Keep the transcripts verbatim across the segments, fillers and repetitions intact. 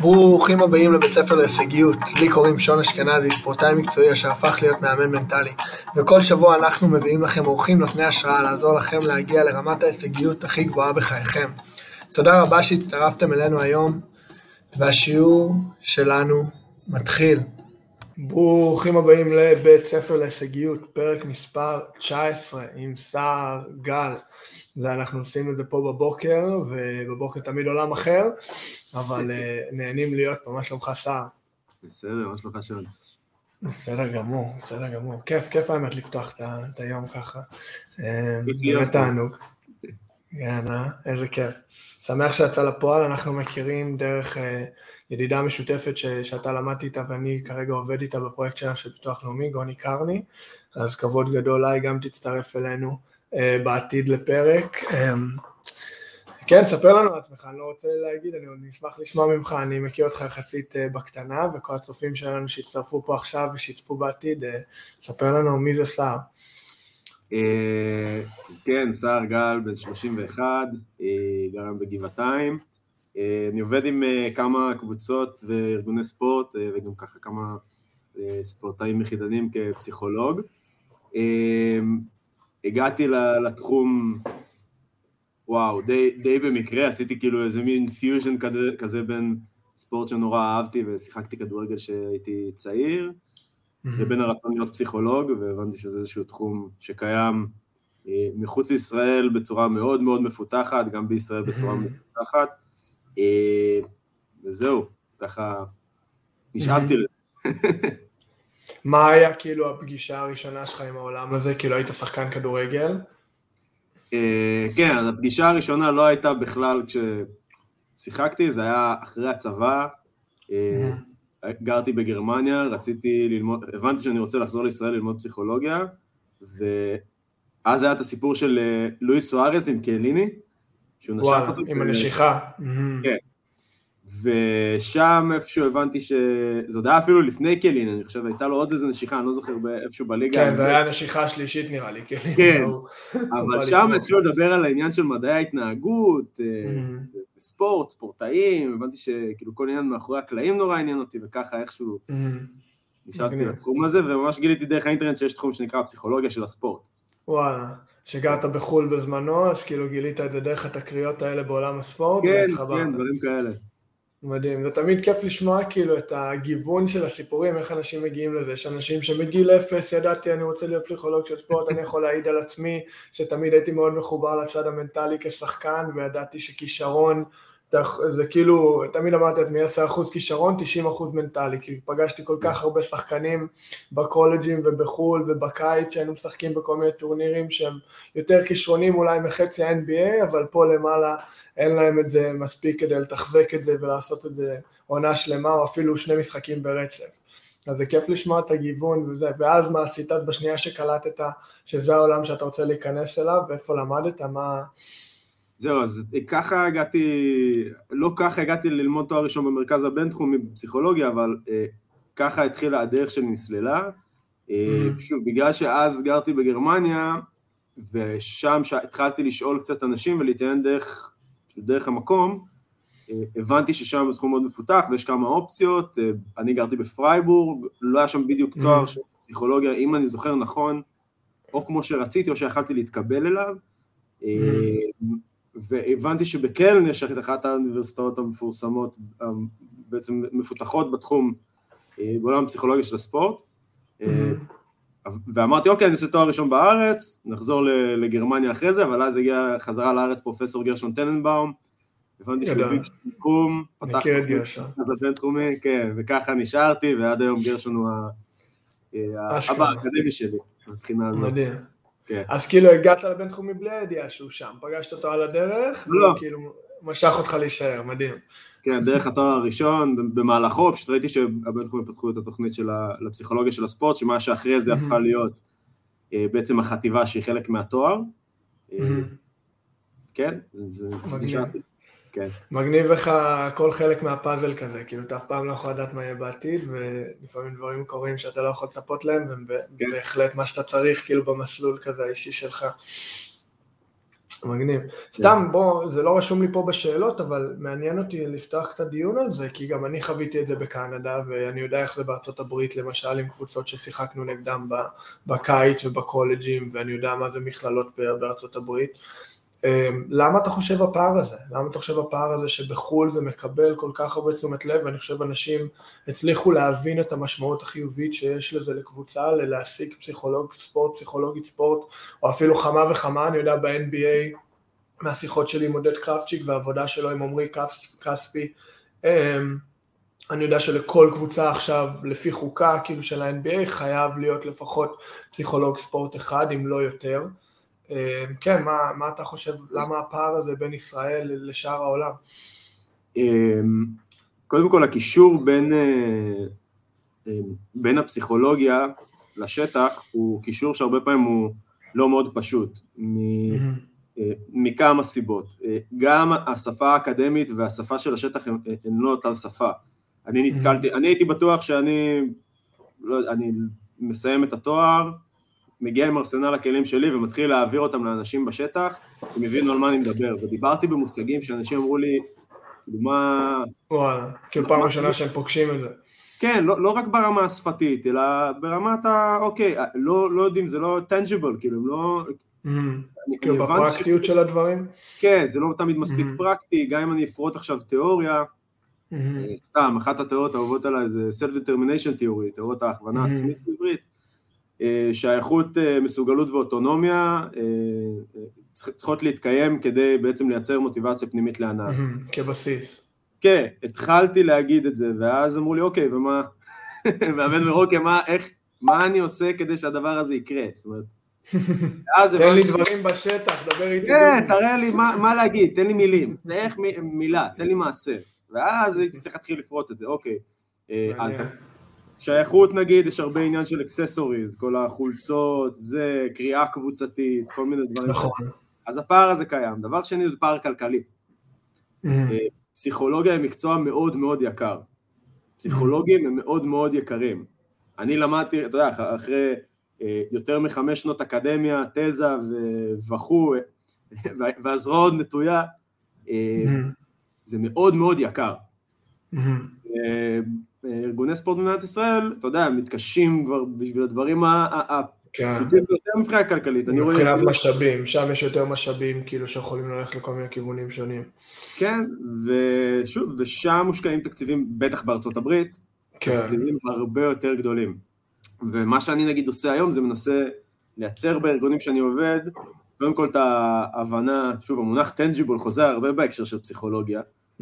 ברוכים הבאים לבית ספר להישגיות. לי קוראים שון אשכנזי, ספורטאי מקצועי אשר הפך להיות מאמן מנטלי. וכל שבוע אנחנו מביאים לכם אורחים נותני השראה לעזור לכם להגיע לרמת ההישגיות הכי גבוהה בחייכם. תודה רבה שהצטרפתם אלינו היום, והשיעור שלנו מתחיל. ברוכים הבאים לבית ספר להישגיות, פרק מספר תשע עשרה עם סער גל. זה אנחנו עושים את זה פה בבוקר, ובבוקר תמיד עולם אחר, אבל נהנים להיות פה. מה שלומך סער? בסדר, מה שלומך שון? בסדר גמור, בסדר גמור. כיף, כיף האמת לפתוח את היום ככה. באמת תענוג. יאללה, איזה כיף. שמח שיצא לפועל, אנחנו מכירים דרך ידידה משותפת שאתה למדתי איתה, ואני כרגע עובד איתה בפרויקט שלנו של ביטוח לאומי, גוני קרני, אז כבוד גדול לי, גם תצטרף אלינו בעתיד לפרק. כן, ספר לנו על עצמך, אני לא רוצה להגיד, אני אשמח לשמוע ממך, אני מכיר אותך יחסית בקטנה, וכל הצופים שלנו שהצטרפו פה עכשיו ושיצפו בעתיד, ספר לנו מי זה סער. כן, סער גל, בן שלושים ואחת, גרם בגבעתיים, אני עובד עם כמה קבוצות וארגוני ספורט, וגם ככה כמה ספורטאים יחידנים כפסיכולוג. הגעתי לתחום, וואו, די, די במקרה, עשיתי כאילו איזה מין פיוז'ן כזה, כזה בין ספורט שנורא אהבתי, ושיחקתי כדורגל שהייתי צעיר, mm-hmm. ובין הרצון להיות פסיכולוג, והבנתי שזה איזשהו תחום שקיים אה, מחוץ לישראל בצורה מאוד מאוד מפותחת, גם בישראל בצורה mm-hmm. מפותחת, אה, וזהו, ככה נשאבתי mm-hmm. לזה. מה היה כאילו הפגישה הראשונה שלך עם העולם הזה? כאילו היית שחקן כדורגל? כן, אז הפגישה הראשונה לא הייתה בכלל כששיחקתי, זה היה אחרי הצבא, גרתי בגרמניה, רציתי ללמוד, הבנתי שאני רוצה לחזור לישראל ללמוד פסיכולוגיה, ואז היה את הסיפור של לואיס סוארס עם קליני, שהוא נשך אותו. עם הנשיכה. כן. ושם איפשהו הבנתי שזה עוד היה אפילו לפני קלין, אני חושב, הייתה לו עוד איזה נשיכה, אני לא זוכר איפשהו בליגה. כן, זה היה הנשיכה השלישית נראה לי, קלין. כן, אבל שם התחילו לדבר על העניין של מדעי ההתנהגות, ספורט, ספורטאים, הבנתי שכאילו כל עניין מאחורי הקלעים נורא עניין אותי, וככה איכשהו נשארתי לתחום הזה, וממש גיליתי דרך האינטרנט שיש תחום שנקרא פסיכולוגיה של הספורט. וואלה, שגעת בחול בזמנו, אז כאילו גילית את זה דרך התקריות האלה בעולם הספורט, כן, כן, דברים כאלה. מדהים, זה תמיד כיף לשמוע כאילו את הגיוון של הסיפורים, איך אנשים מגיעים לזה, יש אנשים שמגיל אפס, ידעתי אני רוצה להיות פסיכולוג של ספורט, אני יכול להעיד על עצמי, שתמיד הייתי מאוד מחובר לצד המנטלי כשחקן, וידעתי שכישרון, זה כאילו, תמיד אמרתי את מי עשרה אחוז כישרון, תשעים אחוז מנטלי, כי פגשתי כל כך הרבה שחקנים בקולג'ים ובחול ובקיץ, שהיינו משחקים בכל מיני טורנירים שהם יותר כישרונים אולי מחצי ה-אן בי איי, אבל פה למעלה אין להם את זה מספיק כדי לתחזק את זה ולעשות את זה עונה שלמה, או אפילו שני משחקים ברצף. אז זה כיף לשמוע את הגיוון וזה, ואז מה עשית בשנייה שקלטת שזה העולם שאתה רוצה להיכנס אליו, ואיפה למדת, מה... זהו, אז ככה הגעתי, לא ככה הגעתי ללמוד תואר ראשון במרכז הבינתחומי בפסיכולוגיה, אבל אה, ככה התחילה הדרך שלי נסללה, אה, mm-hmm. שוב, בגלל שאז גרתי בגרמניה, ושם התחלתי לשאול קצת אנשים ולהתעניין דרך, דרך המקום, אה, הבנתי ששם תחום מאוד מפותח, ויש כמה אופציות, אה, אני גרתי בפרייבורג, לא היה שם בדיוק תואר mm-hmm. של פסיכולוגיה, אם אני זוכר נכון, או כמו שרציתי, או שיכלתי להתקבל אליו, mm-hmm. אה, והבנתי שבקלן יש את אחת האוניברסיטאות המפורסמות, בעצם מפותחות בתחום, בעולם הפסיכולוגיה של הספורט, ואמרתי, אוקיי, אני אעשה תואר ראשון בארץ, נחזור לגרמניה אחרי זה, אבל אז הגיע חזרה לארץ פרופסור גרשון טננבאום, הבנתי שהוא ביג שתיקום, פתח תחום הבינתחומי, כן, וככה נשארתי, ועד היום גרשון הוא האבא האקדמי שלי, מבחינה הזאת. מדהים. אז כאילו הגעת לבינתחומי בלי הידיעה שהוא שם, פגשת אותו על הדרך, וכאילו משך אותך להישאר, מדהים. כן, דרך התואר הראשון, במהלכו, פשוט ראיתי שהבינתחומי פתחו את התוכנית של הפסיכולוגיה של הספורט, שמה שאחרי זה הפכה להיות בעצם החטיבה שהיא חלק מהתואר. כן, זה נשארתי. מגניב לך כל חלק מהפאזל כזה, כאילו אתה אף פעם לא יכול לדעת מה יהיה בעתיד, ולפעמים דברים קורים שאתה לא יכול לצפות להם, ובהחלט מה שאתה צריך כאילו במסלול כזה האישי שלך. מגניב. סתם, בוא, זה לא רשום לי פה בשאלות, אבל מעניין אותי לפתוח קצת דיון על זה, כי גם אני חוויתי את זה בקנדה, ואני יודע איך זה בארצות הברית, למשל, עם קבוצות ששיחקנו נגדם בקיץ ובקולג'ים, ואני יודע מה זה מכללות בארצות הברית. למה אתה חושב הפער הזה? למה אתה חושב הפער הזה שבחול זה מקבל כל כך הרבה תשומת לב, ואני חושב אנשים הצליחו להבין את המשמעות החיובית שיש לזה לקבוצה, ללהשיג פסיכולוג ספורט, פסיכולוגית ספורט, או אפילו חמה וחמה, אני יודע ב-אן בי איי, מהשיחות שלי עם עודד קרפצ'יק והעבודה שלו עם עמרי כספי, אני יודע שלכל קבוצה עכשיו, לפי חוקה כאילו של ה-אן בי איי, חייב להיות לפחות פסיכולוג ספורט אחד, אם לא יותר. כן, מה, מה אתה חושב, למה הפער הזה בין ישראל לשאר העולם? קודם כל, הקישור בין, בין הפסיכולוגיה לשטח, הוא קישור שהרבה פעמים הוא לא מאוד פשוט, מכמה סיבות. גם השפה האקדמית והשפה של השטח הן לא אותה שפה. אני נתקלתי, אני הייתי בטוח שאני, אני מסיים את התואר, מגיע עם ארסנל הכלים שלי ומתחיל להעביר אותם לאנשים בשטח, הם הבינו על מה אני מדבר, ודיברתי במושגים שאנשים אמרו לי, כאילו מה... וואלה, כאילו פעם ראשונה שהם פוגשים את זה. כן, לא, לא רק ברמה השפתית, אלא ברמת ה... אוקיי, לא, לא יודעים, זה לא tangible, כאילו, הם לא... כאילו בפרקטיות של הדברים? כן, זה לא תמיד מספיק פרקטי, גם אם אני אפרוט עכשיו תיאוריה, סתם, אחת התיאוריות האהובות עליי זה self-determination theory, תיאוריות ההכוונה עצמית בעברית, שהאיכות מסוגלות ואוטונומיה צריכות להתקיים כדי בעצם לייצר מוטיבציה פנימית להנאה. כבסיס. כן, התחלתי להגיד את זה, ואז אמרו לי, אוקיי, ומה? והבן מרוקי, מה, איך, מה אני עושה כדי שהדבר הזה יקרה? זאת אומרת, תן לי דברים בשטח, דבר איתי. כן, תראה לי מה להגיד, תן לי מילים, איך מילה, תן לי מעשה. ואז הייתי צריך להתחיל לפרוט את זה, אוקיי. אז שייכות נגיד, יש הרבה עניין של אקססוריז, כל החולצות, זה, קריאה קבוצתית, כל מיני דברים. נכון. אז הפער הזה קיים. דבר שני, זה פער כלכלי. פסיכולוגיה היא מקצוע מאוד מאוד יקר. פסיכולוגים הם מאוד מאוד יקרים. אני למדתי, אתה יודע, אחרי יותר מחמש שנות אקדמיה, תזה וכו', והזרוע עוד נטויה, זה מאוד מאוד יקר. ארגוני ספורט במדינת ישראל, אתה יודע, מתקשים כבר בשביל הדברים הפשוטים ביותר מבחינה כלכלית. מבחינת משאבים, שם יש יותר משאבים כאילו שיכולים ללכת לכל מיני כיוונים שונים. כן, ושוב, ושם מושקעים תקציבים, בטח בארצות הברית, תקציבים הרבה יותר גדולים. ומה שאני נגיד עושה היום, זה מנסה לייצר בארגונים שאני עובד, קודם כל את ההבנה, שוב, המונח tangible חוזר הרבה בהקשר של פסיכולוגיה,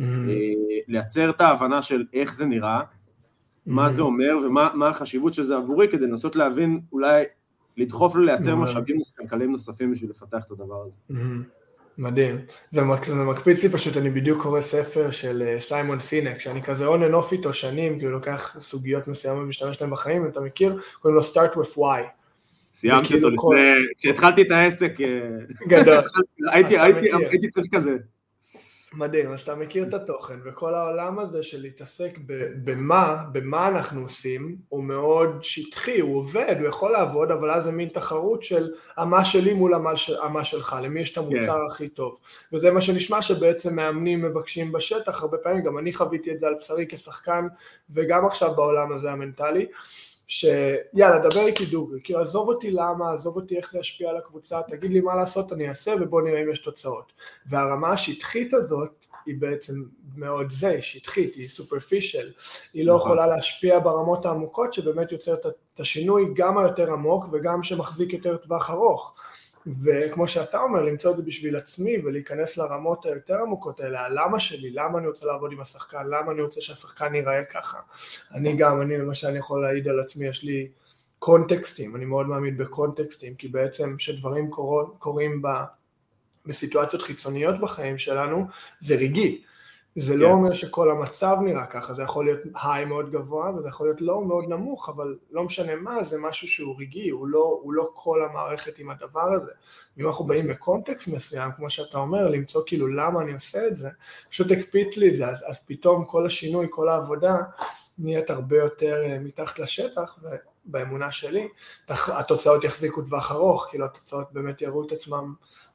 לייצר את ההבנה של איך זה נראה, מה זה אומר ומה החשיבות של זה עבורי, כדי לנסות להבין, אולי לדחוף לו לייצר משאבים כלכליים נוספים בשביל לפתח את הדבר הזה. מדהים. זה מקפיץ לי פשוט, אני בדיוק קורא ספר של סיימון סינק, שאני כזה on and off איתו שנים, כי הוא לוקח סוגיות מסוימות ומשתמש להם בחיים, אם אתה מכיר, קוראים לו start with why. סיימתי אותו לפני, כשהתחלתי את העסק, גדול. הייתי צריך כזה. מדהים, אז אתה מכיר את התוכן, וכל העולם הזה של להתעסק במה, במה אנחנו עושים, הוא מאוד שטחי, הוא עובד, הוא יכול לעבוד, אבל אז זה מין תחרות של המה שלי מול המה שלך, למי יש את המוצר הכי טוב. וזה מה שנשמע שבעצם מאמנים מבקשים בשטח, הרבה פעמים, גם אני חוויתי את זה על בשרי כשחקן, וגם עכשיו בעולם הזה המנטלי, שיאללה, דבר איתי דוגרי, כאילו עזוב אותי למה, עזוב אותי איך זה ישפיע על הקבוצה, תגיד לי מה לעשות, אני אעשה ובוא נראה אם יש תוצאות. והרמה השטחית הזאת היא בעצם מאוד זה, היא שטחית, היא סופרפישל, היא לא יכולה להשפיע ברמות העמוקות שבאמת יוצר את השינוי גם היותר עמוק וגם שמחזיק יותר טווח ארוך. וכמו שאתה אומר, למצוא את זה בשביל עצמי ולהיכנס לרמות היותר עמוקות האלה, למה שלי, למה אני רוצה לעבוד עם השחקן, למה אני רוצה שהשחקן ייראה ככה. אני גם, אני למשל אני יכול להעיד על עצמי, יש לי קונטקסטים, אני מאוד מאמין בקונטקסטים, כי בעצם שדברים קור, קורים ב, בסיטואציות חיצוניות בחיים שלנו, זה רגעי. זה כן. לא אומר שכל המצב נראה ככה, זה יכול להיות היי מאוד גבוה, וזה יכול להיות לא מאוד נמוך, אבל לא משנה מה, זה משהו שהוא רגעי, הוא לא, הוא לא כל המערכת עם הדבר הזה. אם אנחנו באים בקונטקסט מסוים, כמו שאתה אומר, למצוא כאילו למה אני עושה את זה, פשוט הקפיץ לי את זה, אז, אז פתאום כל השינוי, כל העבודה, נהיית הרבה יותר מתחת לשטח, ובאמונה שלי, התוצאות יחזיקו טווח ארוך, כאילו התוצאות באמת יראו את עצמם,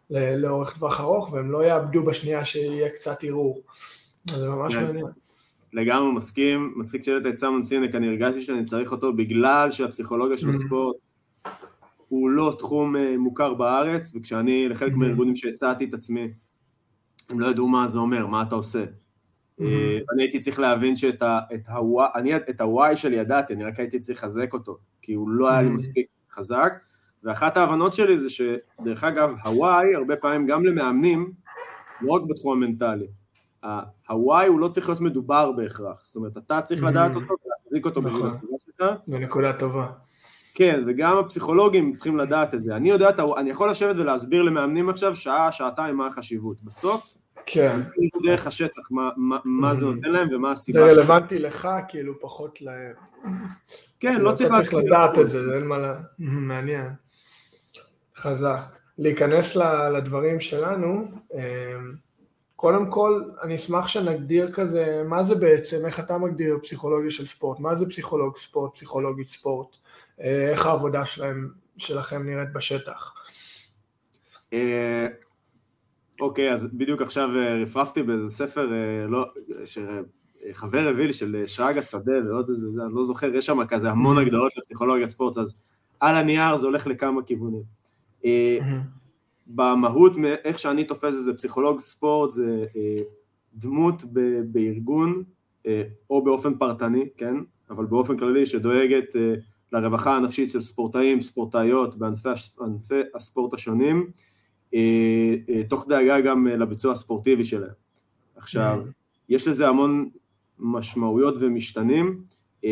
לאורך טווח ארוך, והם לא יאבדו בשנייה שיהיה קצת ערעור. אז זה ממש מעניין. לגמרי מסכים, מצחיק שאלת את סיימון סינק, אני הרגשתי שאני צריך אותו בגלל שהפסיכולוגיה של הספורט הוא לא תחום מוכר בארץ, וכשאני לחלק מהארגונים שהצעתי את עצמי, הם לא ידעו מה זה אומר, מה אתה עושה. אני הייתי צריך להבין שאת ה-why שלי ידעתי, אני רק הייתי צריך לחזק אותו, כי הוא לא היה לי מספיק חזק, ואחת ההבנות שלי זה שדרך אגב, ה-why הרבה פעמים גם למאמנים, לא רק בתחום המנטלי, ה-why הוא לא צריך להיות מדובר בהכרח, זאת אומרת, אתה צריך לדעת אותו, ולהחזיק אותו בשביל הסביבה שלך. זו נקודה טובה. כן, וגם הפסיכולוגים צריכים לדעת את זה. אני יודע, אני יכול לשבת ולהסביר למאמנים עכשיו שעה, שעתיים מה החשיבות. בסוף, כן. זה דרך השטח, מה זה נותן להם ומה הסיבה. זה רלוונטי לך, כאילו פחות להם. כן, לא צריך להסביר. אתה צריך לדעת את זה, זה אין מה לה... מעניין. חזק. להיכנס לדברים שלנו, קודם כל, אני אשמח שנגדיר כזה, מה זה בעצם, איך אתה מגדיר פסיכולוגיה של ספורט, מה זה פסיכולוג ספורט, פסיכולוגית ספורט, איך העבודה שלהם, שלכם נראית בשטח? אוקיי, אז בדיוק עכשיו רפרפתי באיזה ספר, שחבר הביא לי של שרגא שדה ועוד איזה, אני לא זוכר, יש שם כזה המון הגדרות לפסיכולוגיה ספורט, אז על הנייר זה הולך לכמה כיוונים. במהות, איך שאני תופס את זה, פסיכולוג ספורט זה דמות בארגון, או באופן פרטני, כן? אבל באופן כללי שדואגת לרווחה הנפשית של ספורטאים, ספורטאיות, בענפי הספורט השונים, תוך דאגה גם לביצוע הספורטיבי שלהם. עכשיו, יש לזה המון משמעויות ומשתנים,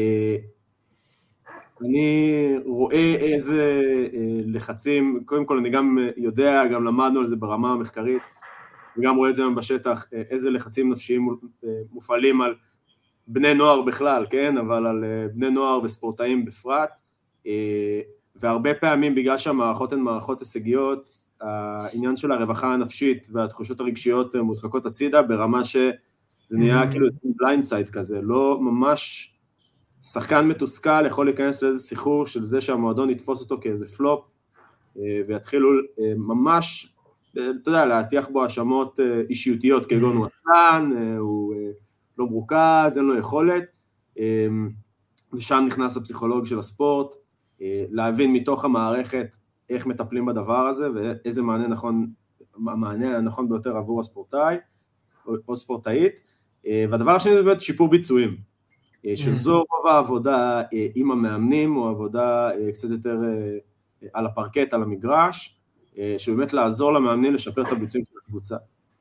אני רואה איזה לחצים, קודם כל אני גם יודע, גם למדנו על זה ברמה המחקרית, וגם רואה את זה בשטח, איזה לחצים נפשיים מופעלים על בני נוער בכלל, כן? אבל על בני נוער וספורטאים בפרט, והרבה פעמים בגלל שהמערכות הן מערכות הישגיות, העניין של הרווחה הנפשית והתחושות הרגשיות מודחקות הצידה, ברמה שזה נהיה כאילו בליינדסייד כזה, לא ממש... שחקן מתוסכל יכול להיכנס לאיזה סיחור של זה שהמועדון יתפוס אותו כאיזה פלופ, ויתחילו ממש, אתה יודע, להטיח בו האשמות אישיותיות, כגון הוא עצלן, הוא לא מרוכז, אין לו יכולת, ושם נכנס הפסיכולוג של הספורט, להבין מתוך המערכת איך מטפלים בדבר הזה, ואיזה מענה נכון, המענה הנכון ביותר עבור הספורטאי, או ספורטאית, והדבר השני זה באמת שיפור ביצועים, שזו רוב העבודה עם המאמנים, או עבודה קצת יותר על הפרקט, על המגרש, שבאמת לעזור למאמנים לשפר את הביצועים של הקבוצה.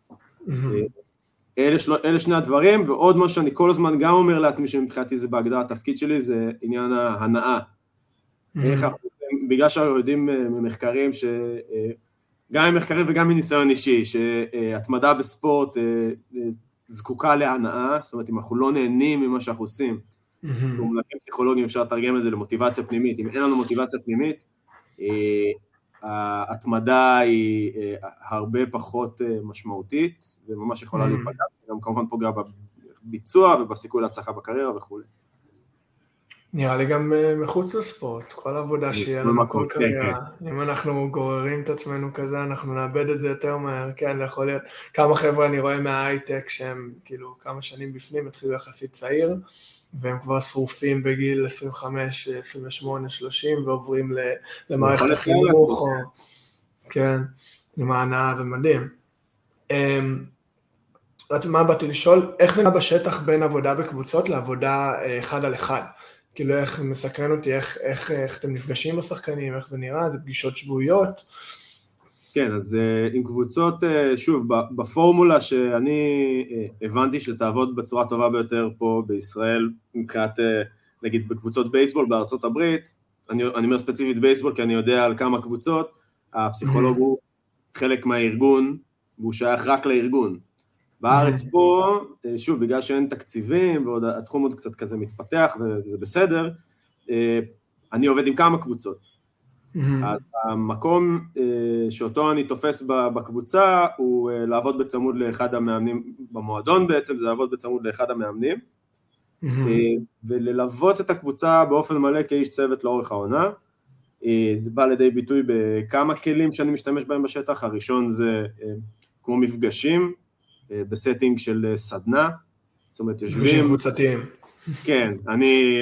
אלה, של... אלה שני הדברים, ועוד משהו שאני כל הזמן גם אומר לעצמי שמבחינתי זה בהגדרה התפקיד שלי, זה עניין ההנאה. איך אנחנו, בגלל שאנחנו יודעים ממחקרים, ש... גם ממחקרים וגם מניסיון אישי, שהתמדה בספורט זקוקה להנאה, זאת אומרת, אם אנחנו לא נהנים ממה שאנחנו עושים, במונחים פסיכולוגיים אפשר לתרגם את זה למוטיבציה פנימית, אם אין לנו מוטיבציה פנימית, ההתמדה היא הרבה פחות משמעותית, וממש יכולה להיפגע, גם כמובן פוגע בביצוע ובסיכוי להצלחה בקריירה וכו'. נראה לי גם מחוץ לספורט, כל עבודה שיהיה לנו, כל קריירה, אם אנחנו גוררים את עצמנו כזה, אנחנו נאבד את זה יותר מהר, כן, זה יכול להיות, כמה חבר'ה אני רואה מההייטק שהם כאילו כמה שנים בפנים, התחילו יחסית צעיר, והם כבר שרופים בגיל עשרים וחמש, עשרים ושמונה, שלושים, ועוברים למערכת החינוך, או, כן, עם ההנאה, זה מדהים. מה באתי לשאול, איך זה נראה בשטח בין עבודה בקבוצות לעבודה אחד על אחד? כאילו איך מסקרן אותי, איך, איך, איך אתם נפגשים בשחקנים, איך זה נראה, זה פגישות שבועיות? כן, אז עם קבוצות, שוב, בפורמולה שאני הבנתי שתעבוד בצורה טובה ביותר פה בישראל, מבחינת, נגיד, בקבוצות בייסבול בארצות הברית, אני, אני אומר ספציפית בייסבול, כי אני יודע על כמה קבוצות, הפסיכולוג הוא חלק מהארגון, והוא שייך רק לארגון. בארץ פה, שוב, בגלל שאין תקציבים, ועוד התחום עוד קצת כזה מתפתח, וזה בסדר, אני עובד עם כמה קבוצות. אז המקום שאותו אני תופס בקבוצה, הוא לעבוד בצמוד לאחד המאמנים, במועדון בעצם, זה לעבוד בצמוד לאחד המאמנים, וללוות את הקבוצה באופן מלא כאיש צוות לאורך העונה, זה בא לידי ביטוי בכמה כלים שאני משתמש בהם בשטח. הראשון זה כמו מפגשים, בסטינג של סדנה, זאת אומרת יושבים... מפגשים קבוצתיים. כן, אני,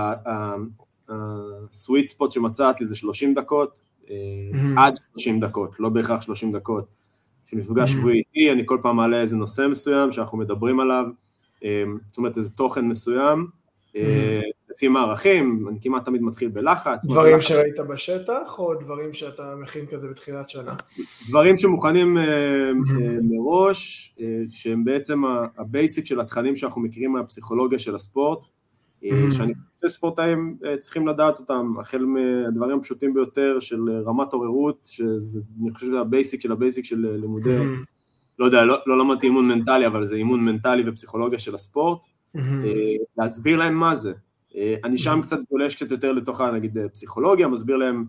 הסוויט ספוט שמצאתי זה שלושים דקות, עד שלושים דקות, לא בהכרח שלושים דקות, שמפגש שבועי איתי, אני כל פעם מעלה איזה נושא מסוים שאנחנו מדברים עליו, זאת אומרת איזה תוכן מסוים, לפי מערכים, אני כמעט תמיד מתחיל בלחץ. דברים שראית בשטח, או דברים שאתה מכין כזה בתחילת שנה? דברים שמוכנים מראש, שהם בעצם הבייסיק של התכנים שאנחנו מכירים מהפסיכולוגיה של הספורט, שאני חושב שספורטאים צריכים לדעת אותם, החל מהדברים הפשוטים ביותר של רמת עוררות, שאני חושב שזה הבייסיק של הבייסיק של לימודי, לא יודע, לא למדתי אימון מנטלי, אבל זה אימון מנטלי ופסיכולוגיה של הספורט, להסביר להם מה זה. אני שם קצת גולש קצת יותר לתוך, נגיד, פסיכולוגיה, מסביר להם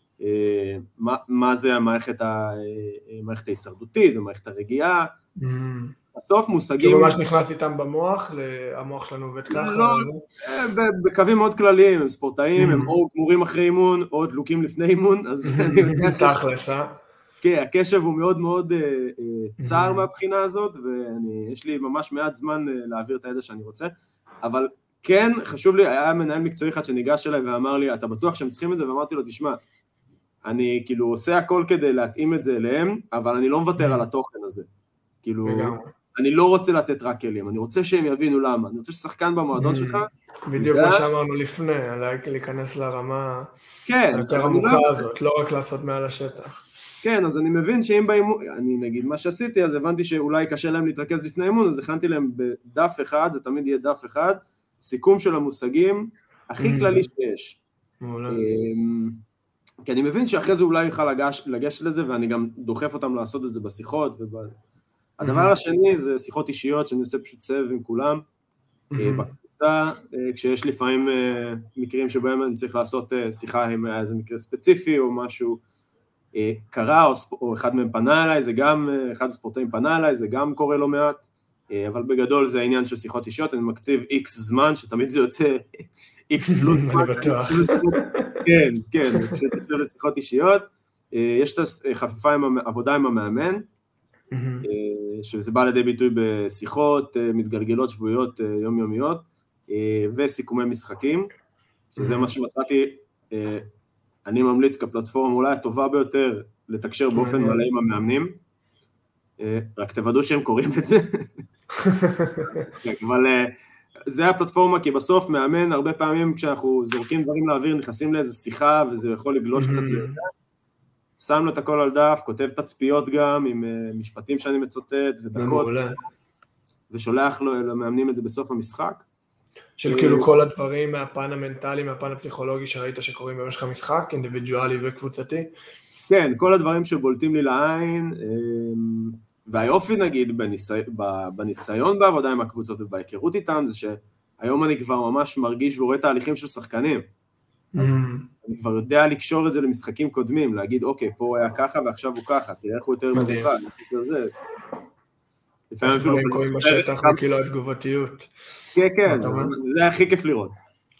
מה זה המערכת ההישרדותית, המערכת הרגיעה, בסוף מושגים... שממש נכנס איתם במוח, המוח שלנו עובד ככה? לא, בקווים מאוד כלליים, הם ספורטאים, הם או גמורים אחרי אימון, או דלוקים לפני אימון, אז... תכלס, אה? כן, הקשב הוא מאוד מאוד צר מהבחינה הזאת, ויש לי ממש מעט זמן להעביר את הידע שאני רוצה, אבל כן, חשוב לי, היה מנהל מקצועי אחד שניגש אליי ואמר לי, אתה בטוח שהם צריכים את זה? ואמרתי לו, תשמע, אני כאילו עושה הכל כדי להתאים את זה אליהם, אבל אני לא מוותר על התוכן הזה. כאילו, אני לא רוצה לתת רק כלים, אני רוצה שהם יבינו למה, אני רוצה ששחקן במועדון שלך... בדיוק מה שאמרנו לפני, להיכנס לרמה היותר עמוקה הזאת, לא רק לעשות מעל השטח. כן, אז אני מבין שאם באימון, אני נגיד מה שעשיתי, אז הבנתי שאולי קשה להם להתרכז לפני אימון, אז הכנתי להם בדף אחד, זה תמיד יהיה דף אחד, סיכום של המושגים הכי כללי שיש. כי אני מבין שאחרי זה אולי יוכל לגשת לזה, ואני גם דוחף אותם לעשות את זה בשיחות. הדבר השני זה שיחות אישיות, שאני עושה פשוט סבב עם כולם, בקבוצה, כשיש לפעמים מקרים שבהם אני צריך לעשות שיחה עם איזה מקרה ספציפי, או משהו קרה, או אחד מהם פנה אליי, זה גם, אחד הספורטאים פנה אליי, זה גם קורה לא מעט, אבל בגדול זה העניין של שיחות אישיות, אני מקציב איקס זמן, שתמיד זה יוצא איקס פלוס זמן. אני בטוח. כן, כן, פשוט יוצא לשיחות אישיות. יש את החפיפה עם עבודה עם המאמן, שזה בא לידי ביטוי בשיחות, מתגלגלות שבועיות יומיומיות, וסיכומי משחקים, שזה מה שמצאתי, אני ממליץ כפלטפורמה אולי הטובה ביותר לתקשר באופן מלא עם המאמנים, רק תוודאו שהם קוראים את זה, אבל זה הפלטפורמה, כי בסוף מאמן הרבה פעמים כשאנחנו זורקים דברים לאוויר, נכנסים לאיזו שיחה וזה יכול לגלוש קצת יותר, שם לו את הכל על דף, כותב תצפיות גם עם משפטים שאני מצוטט ודקות, ושולח לו למאמנים את זה בסוף המשחק. של כאילו כל הדברים מהפן המנטלי, מהפן הפסיכולוגי שראית שקוראים במשך המשחק, אינדיבידואלי וקבוצתי? כן, כל הדברים שבולטים לי לעין, והיופי נגיד בניסי... בניסיון בעבודה עם הקבוצות ובהיכרות איתם, זה שהיום אני כבר ממש מרגיש ורואה תהליכים של שחקנים, אז אני כבר יודע לקשור את זה למשחקים קודמים, להגיד אוקיי, פה הוא היה ככה ועכשיו הוא ככה, תראה איך הוא יותר מגוון, יותר זה. לפעמים אפילו קוראים בשטח וכאילו התגובתיות. כן, כן, זה הכי כיף לראות.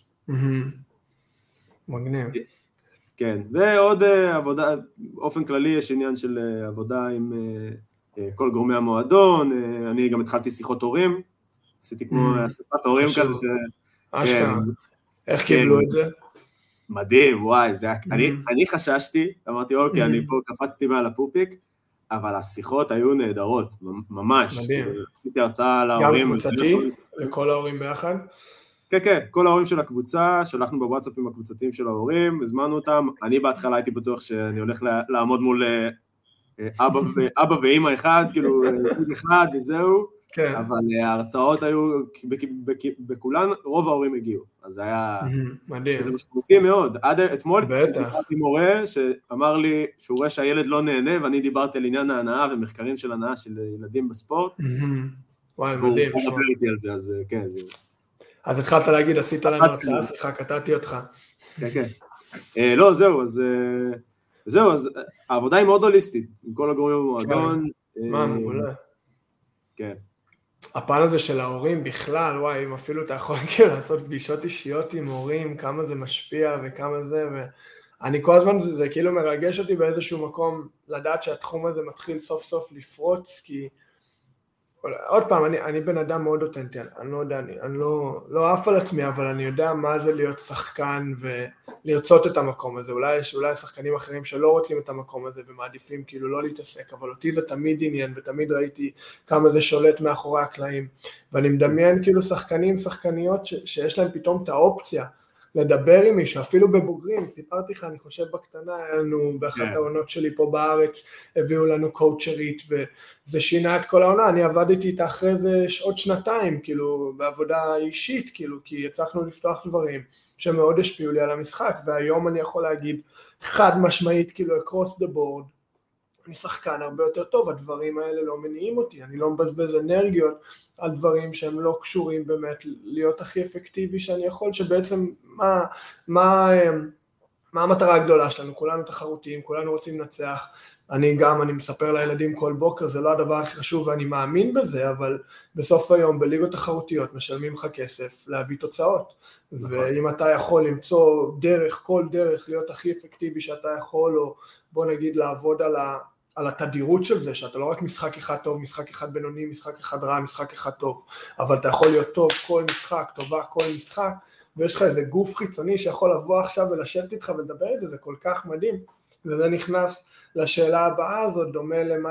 מגניב. כן, ועוד עבודה, באופן כללי יש עניין של עבודה עם כל גורמי המועדון, אני גם התחלתי שיחות הורים, עשיתי כמו אספת הורים כזה. אשכרה, איך קיבלו את זה? מדהים, וואי, אני חששתי, אמרתי אוקיי, אני פה קפצתי מעל הפופיק, אבל השיחות היו נהדרות, ממש. מדהים. עשיתי הרצאה להורים. גם קבוצתי, לכל ההורים ביחד? כן, כן, כל ההורים של הקבוצה, שלחנו בוואטסאפים הקבוצתיים של ההורים, הזמנו אותם, אני בהתחלה הייתי בטוח שאני הולך לעמוד מול אבא ואמא אחד, כאילו, אחד וזהו, אבל ההרצאות היו, בכולן רוב ההורים הגיעו, אז זה היה, זה משמעותי מאוד, עד אתמול דיברתי מורה שאמר לי שהוא רואה שהילד לא נהנה, ואני דיברתי על עניין ההנאה ומחקרים של הנאה של ילדים בספורט, וואי, מדהים. הוא מדבר איתי על זה, אז כן, זה... אז התחלת להגיד, עשית להם הרצאה, סליחה, קטעתי אותך. כן, כן. לא, זהו, אז... זהו, אז העבודה היא מאוד הוליסטית, עם כל הגורמים במועדון. מה, מעולה. כן. הפן הזה של ההורים בכלל, וואי, אם אפילו אתה יכול כאילו לעשות פגישות אישיות עם הורים, כמה זה משפיע וכמה זה, אני כל הזמן, זה, זה כאילו מרגש אותי באיזשהו מקום, לדעת שהתחום הזה מתחיל סוף סוף לפרוץ, כי עוד פעם, אני, אני בן אדם מאוד אותנטי, אני לא יודע, אני, אני לא, לא עף על עצמי, אבל אני יודע מה זה להיות שחקן ולרצות את המקום הזה. אולי יש אולי שחקנים אחרים שלא רוצים את המקום הזה ומעדיפים כאילו לא להתעסק, אבל אותי זה תמיד עניין, ותמיד ראיתי כמה זה שולט מאחורי הקלעים. ואני מדמיין כאילו שחקנים, שחקניות ש, שיש להם פתאום את האופציה לדבר עם מישהו, אפילו בבוגרים, סיפרתי לך, אני חושב בקטנה, היה לנו באחת yeah. העונות שלי פה בארץ, הביאו לנו קואוצ'רית, וזה שינה את כל העונה, אני עבדתי איתה אחרי זה עוד שנתיים, כאילו, בעבודה אישית, כאילו, כי הצלחנו לפתוח דברים, שמאוד השפיעו לי על המשחק, והיום אני יכול להגיד, חד משמעית, כאילו, across the board, אני שחקן הרבה יותר טוב, הדברים האלה לא מניעים אותי, אני לא מבזבז אנרגיות על דברים שהם לא קשורים באמת להיות הכי אפקטיבי שאני יכול, שבעצם מה, מה, מה המטרה הגדולה שלנו, כולנו תחרותיים, כולנו רוצים לנצח, אני גם, אני מספר לילדים כל בוקר, זה לא הדבר הכי חשוב ואני מאמין בזה, אבל בסוף היום בליגות תחרותיות משלמים לך כסף להביא תוצאות, נכון. ואם אתה יכול למצוא דרך, כל דרך להיות הכי אפקטיבי שאתה יכול, או בוא נגיד לעבוד על ה... על התדירות של זה, שאתה לא רק משחק אחד טוב, משחק אחד בינוני, משחק אחד רע, משחק אחד טוב, אבל אתה יכול להיות טוב כל משחק, טובה כל משחק, ויש לך איזה גוף חיצוני שיכול לבוא עכשיו ולשבת איתך ולדבר את זה, זה כל כך מדהים, וזה נכנס לשאלה הבאה הזאת, דומה למה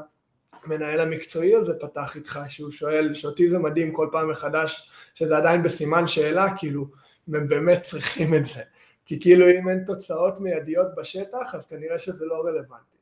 שהמנהל המקצועי הזה פתח איתך, שהוא שואל, שאותי זה מדהים כל פעם מחדש, שזה עדיין בסימן שאלה, כאילו, אם הם באמת צריכים את זה, כי כאילו אם אין תוצאות מיידיות בשטח, אז כנראה שזה לא רלוונטי.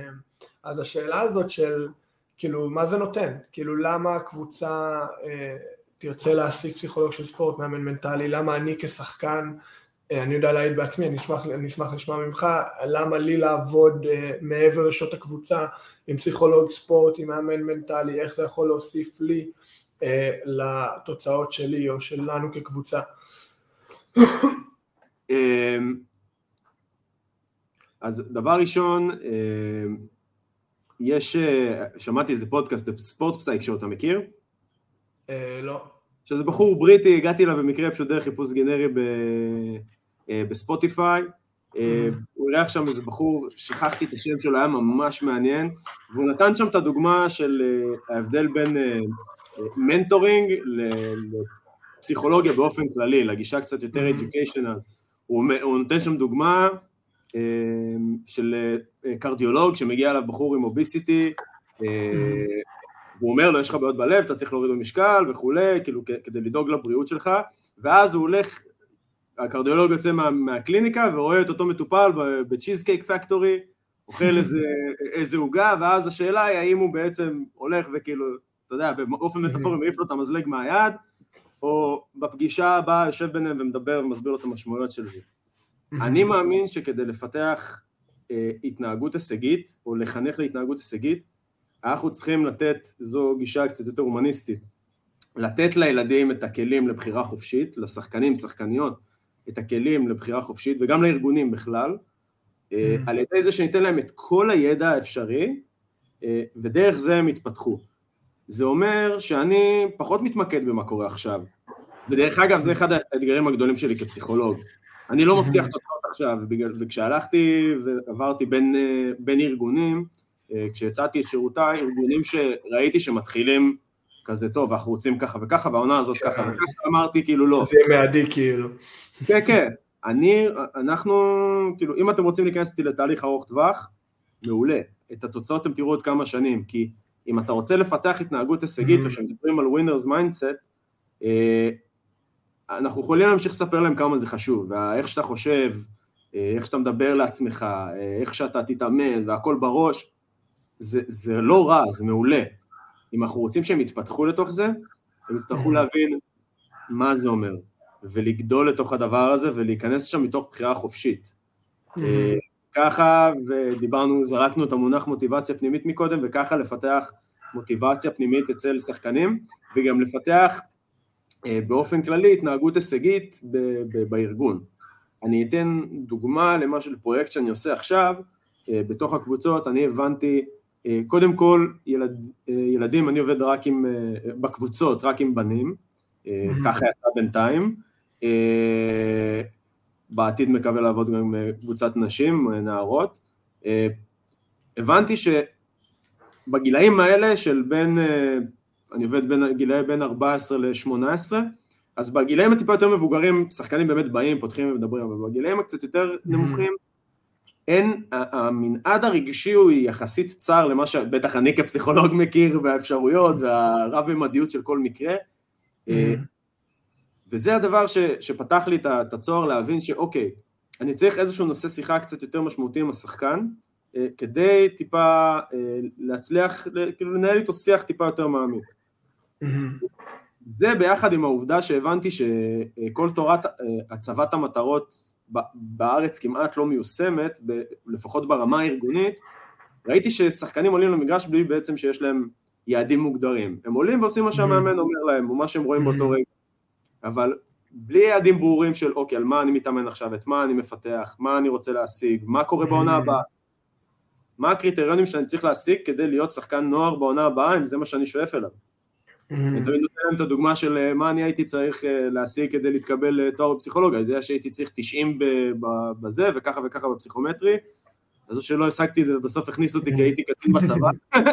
אז השאלה הזאת של, כאילו, מה זה נותן? כאילו, למה הקבוצה אה, תרצה להשיג פסיכולוג של ספורט, מאמן מנטלי? למה אני כשחקן, אה, אני יודע להעיד בעצמי, אני אשמח, אני אשמח לשמוע ממך, למה לי לעבוד אה, מעבר לשעות הקבוצה עם פסיכולוג ספורט, עם מאמן מנטלי, איך זה יכול להוסיף לי אה, לתוצאות שלי או שלנו כקבוצה? אז דבר ראשון, יש, שמעתי איזה פודקאסט, ספורט פסייק שואו, אתה מכיר? לא. שזה בחור בריטי, הגעתי אליו במקרה פשוט דרך חיפוש גנרי בספוטיפיי, הוא הריח שם איזה בחור, שכחתי את השם שלו, היה ממש מעניין, והוא נתן שם את הדוגמה של ההבדל בין מנטורינג לפסיכולוגיה באופן כללי, לגישה קצת יותר educational, הוא נותן שם דוגמה, של קרדיולוג שמגיע אליו בחור עם אוביסיטי, והוא אומר לו יש לך בעיות בלב, אתה צריך להוריד במשקל וכולי, כאילו כדי לדאוג לבריאות שלך, ואז הוא הולך, הקרדיולוג יוצא מה, מהקליניקה ורואה את אותו מטופל בצ'יז קייק פקטורי, אוכל איזה, איזה עוגה, ואז השאלה היא האם הוא בעצם הולך וכאילו, אתה יודע, באופן מטאפורי מעיף לו את המזלג מהיד, או בפגישה הבאה יושב ביניהם ומדבר ומסביר לו את המשמעויות של זה. אני מאמין שכדי לפתח אה, התנהגות הישגית, או לחנך להתנהגות הישגית, אנחנו צריכים לתת, זו גישה קצת יותר הומניסטית, לתת לילדים את הכלים לבחירה חופשית, לשחקנים, שחקניות, את הכלים לבחירה חופשית, וגם לארגונים בכלל, אה, על ידי זה שניתן להם את כל הידע האפשרי, אה, ודרך זה הם יתפתחו. זה אומר שאני פחות מתמקד במה קורה עכשיו, ודרך אגב זה אחד האתגרים הגדולים שלי כפסיכולוג, אני לא מבטיח תוצאות עכשיו, וכשהלכתי ועברתי בין, בין ארגונים, כשיצאתי את שירותיי, ארגונים שראיתי שמתחילים כזה טוב, אנחנו רוצים ככה וככה, והעונה הזאת ככה וככה, אמרתי כאילו לא. שזה יהיה מעדי כאילו. כן, כן, אני, אנחנו, כאילו, אם אתם רוצים להיכנס איתי לתהליך ארוך טווח, מעולה, את התוצאות אתם תראו עוד כמה שנים, כי אם אתה רוצה לפתח התנהגות הישגית, או שמדברים על ווינרס מיינדסט, אנחנו יכולים להמשיך לספר להם כמה זה חשוב, ואיך שאתה חושב, איך שאתה מדבר לעצמך, איך שאתה תתאמן, והכל בראש, זה, זה לא רע, זה מעולה. אם אנחנו רוצים שהם יתפתחו לתוך זה, הם יצטרכו להבין מה זה אומר, ולגדול לתוך הדבר הזה, ולהיכנס שם מתוך בחירה חופשית. ככה, ודיברנו, זרקנו את המונח מוטיבציה פנימית מקודם, וככה לפתח מוטיבציה פנימית אצל שחקנים, וגם לפתח באופן כללי התנהגות הישגית בארגון. אני אתן דוגמה למשהו, לפרויקט שאני עושה עכשיו, בתוך הקבוצות, אני הבנתי, קודם כל, ילד, ילדים, אני עובד רק עם, בקבוצות, רק עם בנים, ככה יצא בינתיים, בעתיד מקווה לעבוד גם עם קבוצת נשים, נערות. הבנתי שבגילאים האלה של בין, אני עובד בין גילאי בין ארבע עשרה ל-שמונה עשרה, אז בגילאים הטיפה יותר מבוגרים, שחקנים באמת באים, פותחים ומדברים, אבל בגילאים הקצת יותר נמוכים, אין, המנעד הרגשי הוא יחסית צר למה שבטח אני כפסיכולוג מכיר, והאפשרויות והרב-ממדיות של כל מקרה, וזה הדבר ש, שפתח לי את הצוהר להבין שאוקיי, אני צריך איזשהו נושא שיחה קצת יותר משמעותי עם השחקן, כדי טיפה להצליח, כאילו לנהל איתו שיח טיפה יותר מעמיק. זה ביחד עם העובדה שהבנתי שכל תורת הצבת המטרות בארץ כמעט לא מיושמת, לפחות ברמה הארגונית, ראיתי ששחקנים עולים למגרש בלי בעצם שיש להם יעדים מוגדרים. הם עולים ועושים מה שהמאמן אומר להם, או מה שהם רואים באותו רגע. אבל בלי יעדים ברורים של אוקיי, על מה אני מתאמן עכשיו, את מה אני מפתח, מה אני רוצה להשיג, מה קורה בעונה הבאה, מה הקריטריונים שאני צריך להשיג כדי להיות שחקן נוער בעונה הבאה, אם זה מה שאני שואף אליו. אני תמיד נותן להם את הדוגמה של מה אני הייתי צריך להשיג כדי להתקבל תואר בפסיכולוגיה, אני יודע שהייתי צריך תשעים בזה וככה וככה בפסיכומטרי, אז שלא השגתי את זה ובסוף הכניס אותי כי הייתי קצין בצבא.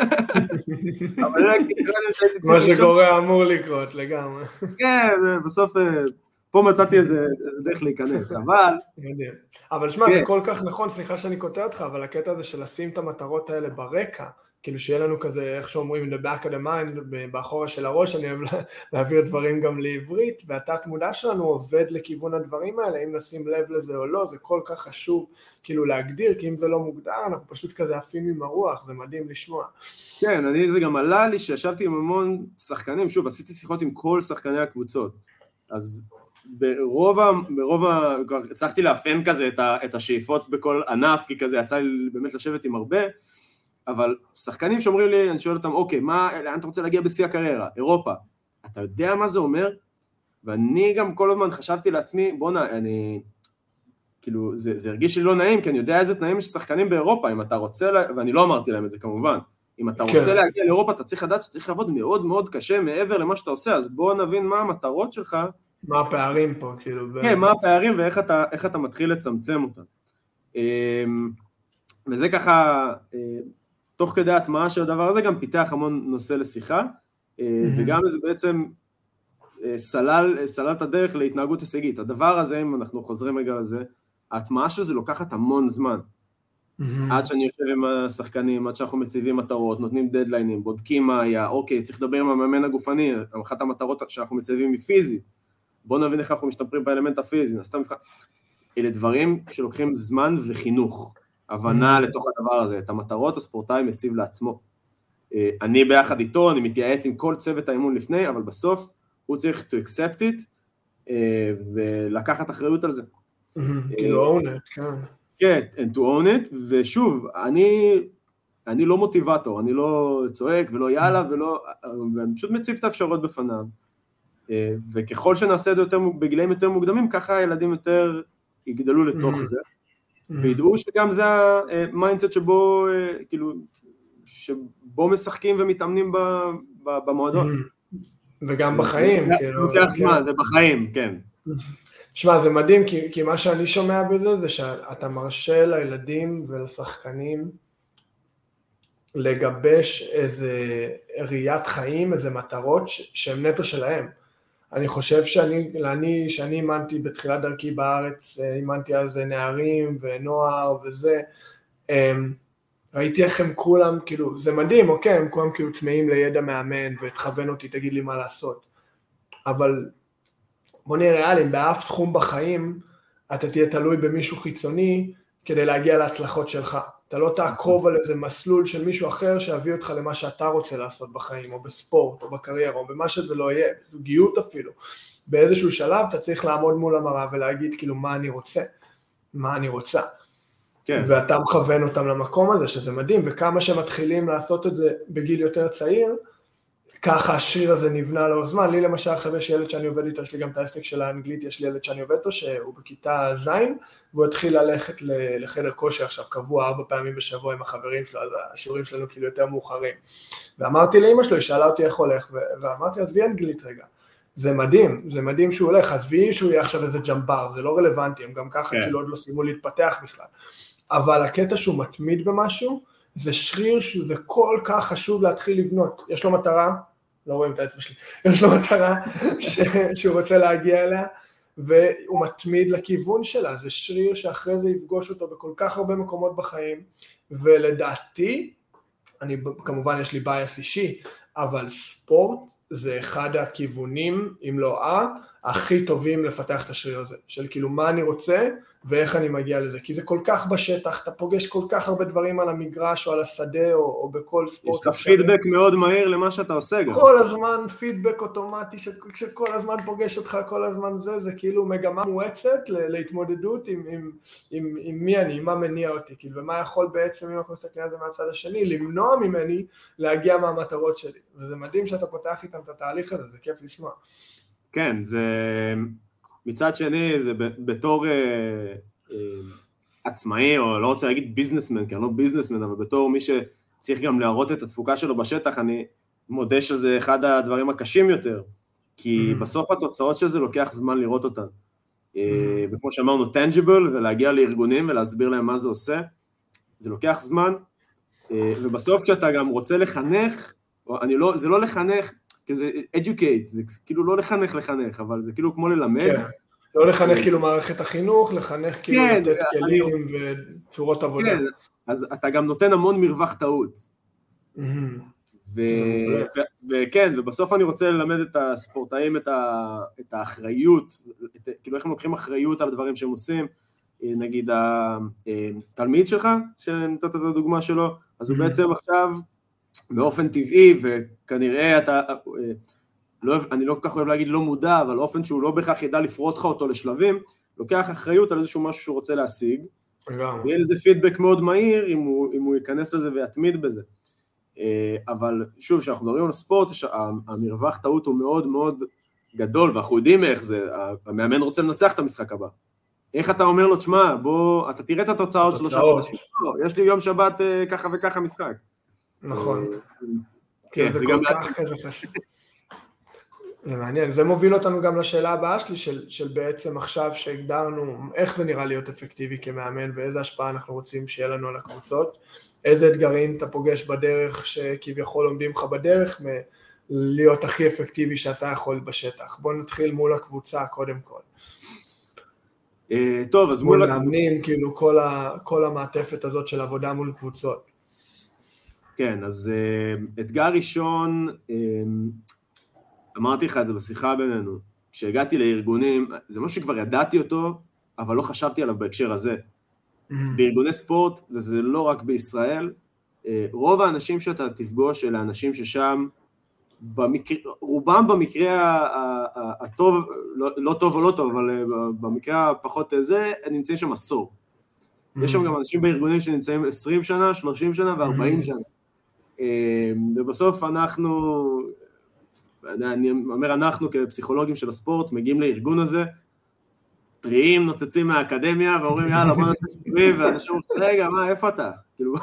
מה שקורה אמור לקרות לגמרי. כן, בסוף פה מצאתי איזה דרך להיכנס, אבל... אבל שמע, זה כל כך נכון, סליחה שאני קוטע אותך, אבל הקטע הזה של לשים את המטרות האלה ברקע, כאילו שיהיה לנו כזה, איך שאומרים, in the back of the mind, באחורה של הראש, אני אוהב להעביר דברים גם לעברית, והתת מודע שלנו עובד לכיוון הדברים האלה, אם נשים לב לזה או לא, זה כל כך חשוב כאילו להגדיר, כי אם זה לא מוגדר, אנחנו פשוט כזה עפים עם הרוח, זה מדהים לשמוע. כן, אני, זה גם עלה לי שישבתי עם המון שחקנים, שוב, עשיתי שיחות עם כל שחקני הקבוצות, אז ברוב, ברוב, כבר הצלחתי להפן כזה את, ה, את השאיפות בכל ענף, כי כזה יצא לי באמת לשבת עם הרבה, אבל שחקנים שאומרים לי, אני שואל אותם, אוקיי, מה, לאן אתה רוצה להגיע בשיא הקריירה? אירופה. אתה יודע מה זה אומר? ואני גם כל הזמן חשבתי לעצמי, בוא'נה, אני, כאילו, זה, זה הרגיש לי לא נעים, כי אני יודע איזה תנאים יש שחקנים באירופה, אם אתה רוצה, ואני לא אמרתי להם את זה כמובן, אם אתה רוצה כן. להגיע לאירופה, אתה צריך לדעת שצריך לעבוד מאוד מאוד קשה מעבר למה שאתה עושה, אז בוא נבין מה המטרות שלך. מה הפערים פה, כאילו. כן, מה הפערים ואיך אתה, איך אתה מתחיל לצמצם אותם. וזה ככה, תוך כדי ההטמעה של הדבר הזה, גם פיתח המון נושא לשיחה, וגם זה בעצם סלל, סלל את הדרך להתנהגות הישגית. הדבר הזה, אם אנחנו חוזרים רגע לזה, ההטמעה של זה לוקחת המון זמן. עד שאני יושב עם השחקנים, עד שאנחנו מציבים מטרות, נותנים דדליינים, בודקים מה היה, אוקיי, צריך לדבר עם המאמן הגופני, אחת המטרות שאנחנו מציבים היא פיזית, בואו נבין איך אנחנו משתפרים באלמנט הפיזי, נסתם מבחן. אלה דברים שלוקחים זמן וחינוך, הבנה לתוך הדבר הזה, את המטרות הספורטאי מציב לעצמו. אני ביחד איתו, אני מתייעץ עם כל צוות האימון לפני, אבל בסוף הוא צריך to accept it, ולקחת אחריות על זה. כאילו own it, כן. כן, and to own it, ושוב, אני, אני לא מוטיבטור, אני לא צועק ולא יאללה, ולא, ואני פשוט מציב את האפשרות בפניו, וככל שנעשה את זה יותר, בגילאים יותר מוקדמים, ככה הילדים יותר יגדלו לתוך זה, וידעו שגם זה המיינדסט שבו, כאילו, שבו משחקים ומתאמנים במועדון. וגם בחיים, כאילו. לוקח זמן, זה בחיים, כן. שמע, זה מדהים, כי, כי מה שאני שומע בזה, זה שאתה מרשה לילדים ולשחקנים לגבש איזה ראיית חיים, איזה מטרות שהן נטו שלהם. אני חושב שאני, אני, שאני אימנתי בתחילת דרכי בארץ, אימנתי על זה נערים ונוער וזה, ראיתי איך הם כולם, כאילו, זה מדהים, אוקיי, הם כולם כאילו צמאים לידע מאמן, ותכוון אותי, תגיד לי מה לעשות. אבל בוא נהיה ריאליים, באף תחום בחיים, אתה תהיה תלוי במישהו חיצוני, כדי להגיע להצלחות שלך. אתה לא תעקוב על איזה מסלול של מישהו אחר, שיביא אותך למה שאתה רוצה לעשות בחיים, או בספורט, או בקריירה, או במה שזה לא יהיה, בזוגיות אפילו. באיזשהו שלב, אתה צריך לעמוד מול המראה, ולהגיד כאילו מה אני רוצה, מה אני רוצה. כן. ואתה מכוון אותם למקום הזה, שזה מדהים, וכמה שמתחילים לעשות את זה בגיל יותר צעיר, ככה השריר הזה נבנה לאורך זמן. לי למשל עכשיו יש ילד שאני עובד איתו, יש לי גם את העסק של האנגלית, יש לי ילד שאני עובד איתו, שהוא בכיתה זין, והוא התחיל ללכת לחדר כושר עכשיו, קבוע ארבע פעמים בשבוע עם החברים שלו, אז השיעורים שלנו כאילו יותר מאוחרים. ואמרתי לאמא שלו, היא שאלה אותי איך הולך, ואמרתי, עזבי אנגלית רגע, זה מדהים, זה מדהים שהוא הולך, עזבי שהוא יהיה עכשיו איזה ג'מבר, זה לא רלוונטי, הם גם ככה כן. כאילו עוד לא סיימו להתפתח בכלל, אבל הקטע שהוא מתמיד במשהו, זה שריר שזה כל כך חשוב להתחיל לבנות, יש לו מטרה, לא רואים את האצבע שלי, יש לו מטרה ש... שהוא רוצה להגיע אליה, והוא מתמיד לכיוון שלה, זה שריר שאחרי זה יפגוש אותו בכל כך הרבה מקומות בחיים, ולדעתי, אני כמובן יש לי בייס אישי, אבל ספורט זה אחד הכיוונים, אם לא אה, הכי טובים לפתח את השריר הזה, של כאילו מה אני רוצה ואיך אני מגיע לזה, כי זה כל כך בשטח, אתה פוגש כל כך הרבה דברים על המגרש או על השדה או, או בכל ספורט. יש לך פידבק מאוד מהיר למה שאתה עושה גם. כל הזמן פידבק אוטומטי, שכל הזמן פוגש אותך, כל הזמן זה, זה כאילו מגמה מואצת להתמודדות עם, עם, עם, עם מי אני, עם מה מניע אותי, כאילו, ומה יכול בעצם, אם אנחנו מסתכלים על זה מהצד השני, למנוע ממני להגיע מהמטרות שלי, וזה מדהים שאתה פותח איתם את התהליך הזה, זה כיף לשמוע. כן, זה מצד שני, זה בתור אה, אה, עצמאי, או לא רוצה להגיד ביזנסמן, כי אני לא ביזנסמן, אבל בתור מי שצריך גם להראות את התפוקה שלו בשטח, אני מודה שזה אחד הדברים הקשים יותר, כי mm-hmm. בסוף התוצאות של זה לוקח זמן לראות אותן. Mm-hmm. וכמו שאמרנו, tangible, ולהגיע לארגונים ולהסביר להם מה זה עושה, זה לוקח זמן, ובסוף כשאתה גם רוצה לחנך, אני לא, זה לא לחנך, כי זה educate, זה כאילו לא לחנך לחנך, אבל זה כאילו כמו ללמד. כן, לא לחנך כאילו מערכת החינוך, לחנך כאילו כן, לתת כלים אני... וצורות עבודה. כן, אז אתה גם נותן המון מרווח טעות. Mm-hmm. וכן, ובסוף אני רוצה ללמד את הספורטאים את, ה, את האחריות, את, כאילו איך הם לוקחים אחריות על הדברים שהם עושים, נגיד התלמיד שלך, שנתת את הדוגמה שלו, אז הוא בעצם עכשיו באופן טבעי, וכנראה אתה, לא, אני לא כל כך אוהב להגיד לא מודע, אבל אופן שהוא לא בכך ידע לפרוט לך אותו לשלבים, לוקח אחריות על איזשהו משהו שהוא רוצה להשיג, ויהיה לזה פידבק מאוד מהיר אם הוא, אם הוא ייכנס לזה ויתמיד בזה. אבל שוב, שאנחנו מדברים על ספורט, המרווח טעות הוא מאוד מאוד גדול, ואנחנו יודעים איך זה, המאמן רוצה לנצח את המשחק הבא. איך אתה אומר לו, תשמע, בוא, אתה תראה את התוצאות שלושה חודשים, יש לי יום שבת ככה וככה משחק. נכון. כן, זה כל כך כזה חשוב. זה מעניין, זה מוביל אותנו גם לשאלה הבאה שלי, של, של בעצם עכשיו שהגדרנו איך זה נראה להיות אפקטיבי כמאמן, ואיזה השפעה אנחנו רוצים שיהיה לנו על הקבוצות, איזה אתגרים אתה פוגש בדרך שכביכול עומדים לך בדרך, להיות הכי אפקטיבי שאתה יכול בשטח. בוא נתחיל מול הקבוצה קודם כל. טוב, אז מול הקבוצה. מול מאמנים, כאילו כל, ה, כל המעטפת הזאת של עבודה מול קבוצות. כן, אז אתגר ראשון, אמרתי לך את זה בשיחה בינינו, כשהגעתי לארגונים, זה משהו שכבר ידעתי אותו, אבל לא חשבתי עליו בהקשר הזה. בארגוני ספורט, וזה לא רק בישראל, רוב האנשים שאתה תפגוש, אלה האנשים ששם, במקרה, רובם במקרה הטוב, לא, לא טוב או לא טוב, אבל במקרה הפחות זה, נמצאים שם עשור. יש שם גם אנשים בארגונים שנמצאים עשרים שנה, שלושים שנה ו-ארבעים שנה. ובסוף אנחנו, אני אומר אנחנו כפסיכולוגים של הספורט, מגיעים לארגון הזה, טריים נוצצים מהאקדמיה, ואומרים יאללה בוא נעשה שיקויים, ואנשים אומרים, רגע, מה, איפה אתה? כאילו,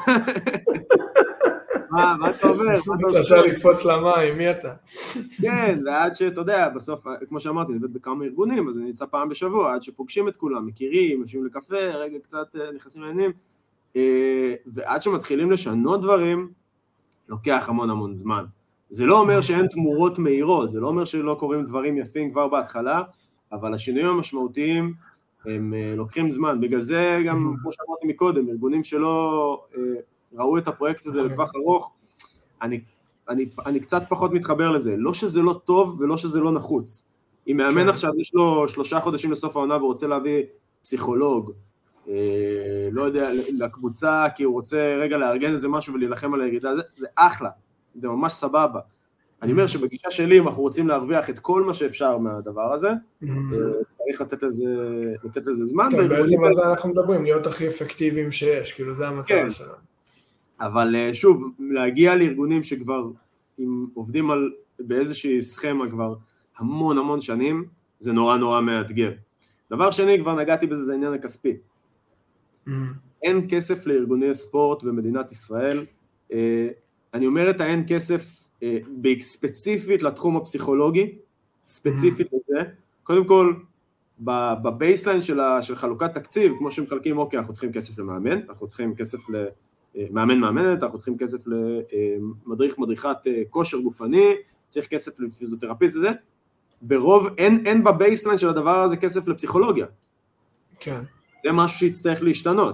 מה, מה אתה עובר? מה אתה עושה? אפשר לקפוץ למים, מי אתה? כן, ועד שאתה יודע, בסוף, כמו שאמרתי, אני עובד בכמה ארגונים, אז אני נמצא פעם בשבוע, עד שפוגשים את כולם, מכירים, יושבים לקפה, רגע קצת נכנסים לעניינים, ועד שמתחילים לשנות דברים, לוקח המון המון זמן. זה לא אומר שאין תמורות מהירות, זה לא אומר שלא קוראים דברים יפים כבר בהתחלה, אבל השינויים המשמעותיים הם לוקחים זמן. בגלל זה גם, כמו שאמרתי מקודם, ארגונים שלא ראו את הפרויקט הזה לטווח ארוך, אני, אני, אני קצת פחות מתחבר לזה. לא שזה לא טוב ולא שזה לא נחוץ. אם מאמן עכשיו יש לו שלושה חודשים לסוף העונה ורוצה להביא פסיכולוג, לא יודע, לקבוצה, כי הוא רוצה רגע לארגן איזה משהו ולהילחם על הירידה, זה, זה אחלה, זה ממש סבבה. אני אומר שבגישה שלי, אם אנחנו רוצים להרוויח את כל מה שאפשר מהדבר הזה, צריך לתת לזה, לתת לזה זמן. כן, בעצם על זה אנחנו מדברים, להיות הכי אפקטיביים שיש, כאילו זה המטרה שלנו. אבל שוב, להגיע לארגונים שכבר עובדים על, באיזושהי סכמה כבר המון המון שנים, זה נורא נורא מאתגר. דבר שני, כבר נגעתי בזה, זה העניין הכספי. אין כסף לארגוני ספורט במדינת ישראל. אני אומר את האין כסף ספציפית לתחום הפסיכולוגי, ספציפית לזה, קודם כל, בבייסליין של, של חלוקת תקציב, כמו שמחלקים, אוקיי, אנחנו צריכים כסף למאמן, אנחנו צריכים כסף למאמן מאמנת, אנחנו צריכים כסף למדריך מדריכת כושר גופני, צריך כסף לפיזיותרפיסט וזה, ברוב, אין, אין בבייסליין של הדבר הזה כסף לפסיכולוגיה. כן. זה משהו שיצטרך להשתנות.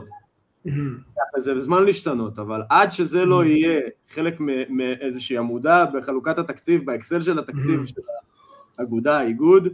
זה זמן להשתנות, אבל עד שזה לא יהיה חלק מאיזושהי עמודה בחלוקת התקציב, באקסל של התקציב של האגודה, האיגוד,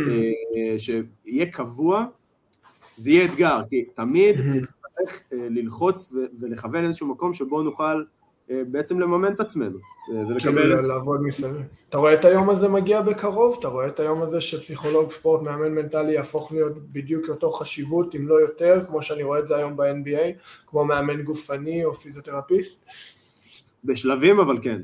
שיהיה קבוע, זה יהיה אתגר, כי תמיד צריך ללחוץ ולכוון איזשהו מקום שבו נוכל בעצם לממן את עצמנו. כאילו לעבוד מסביב. אתה רואה את היום הזה מגיע בקרוב? אתה רואה את היום הזה שפסיכולוג ספורט, מאמן מנטלי, יהפוך להיות בדיוק אותו חשיבות, אם לא יותר, כמו שאני רואה את זה היום ב-אן בי איי, כמו מאמן גופני או פיזיותרפיסט? בשלבים, אבל כן.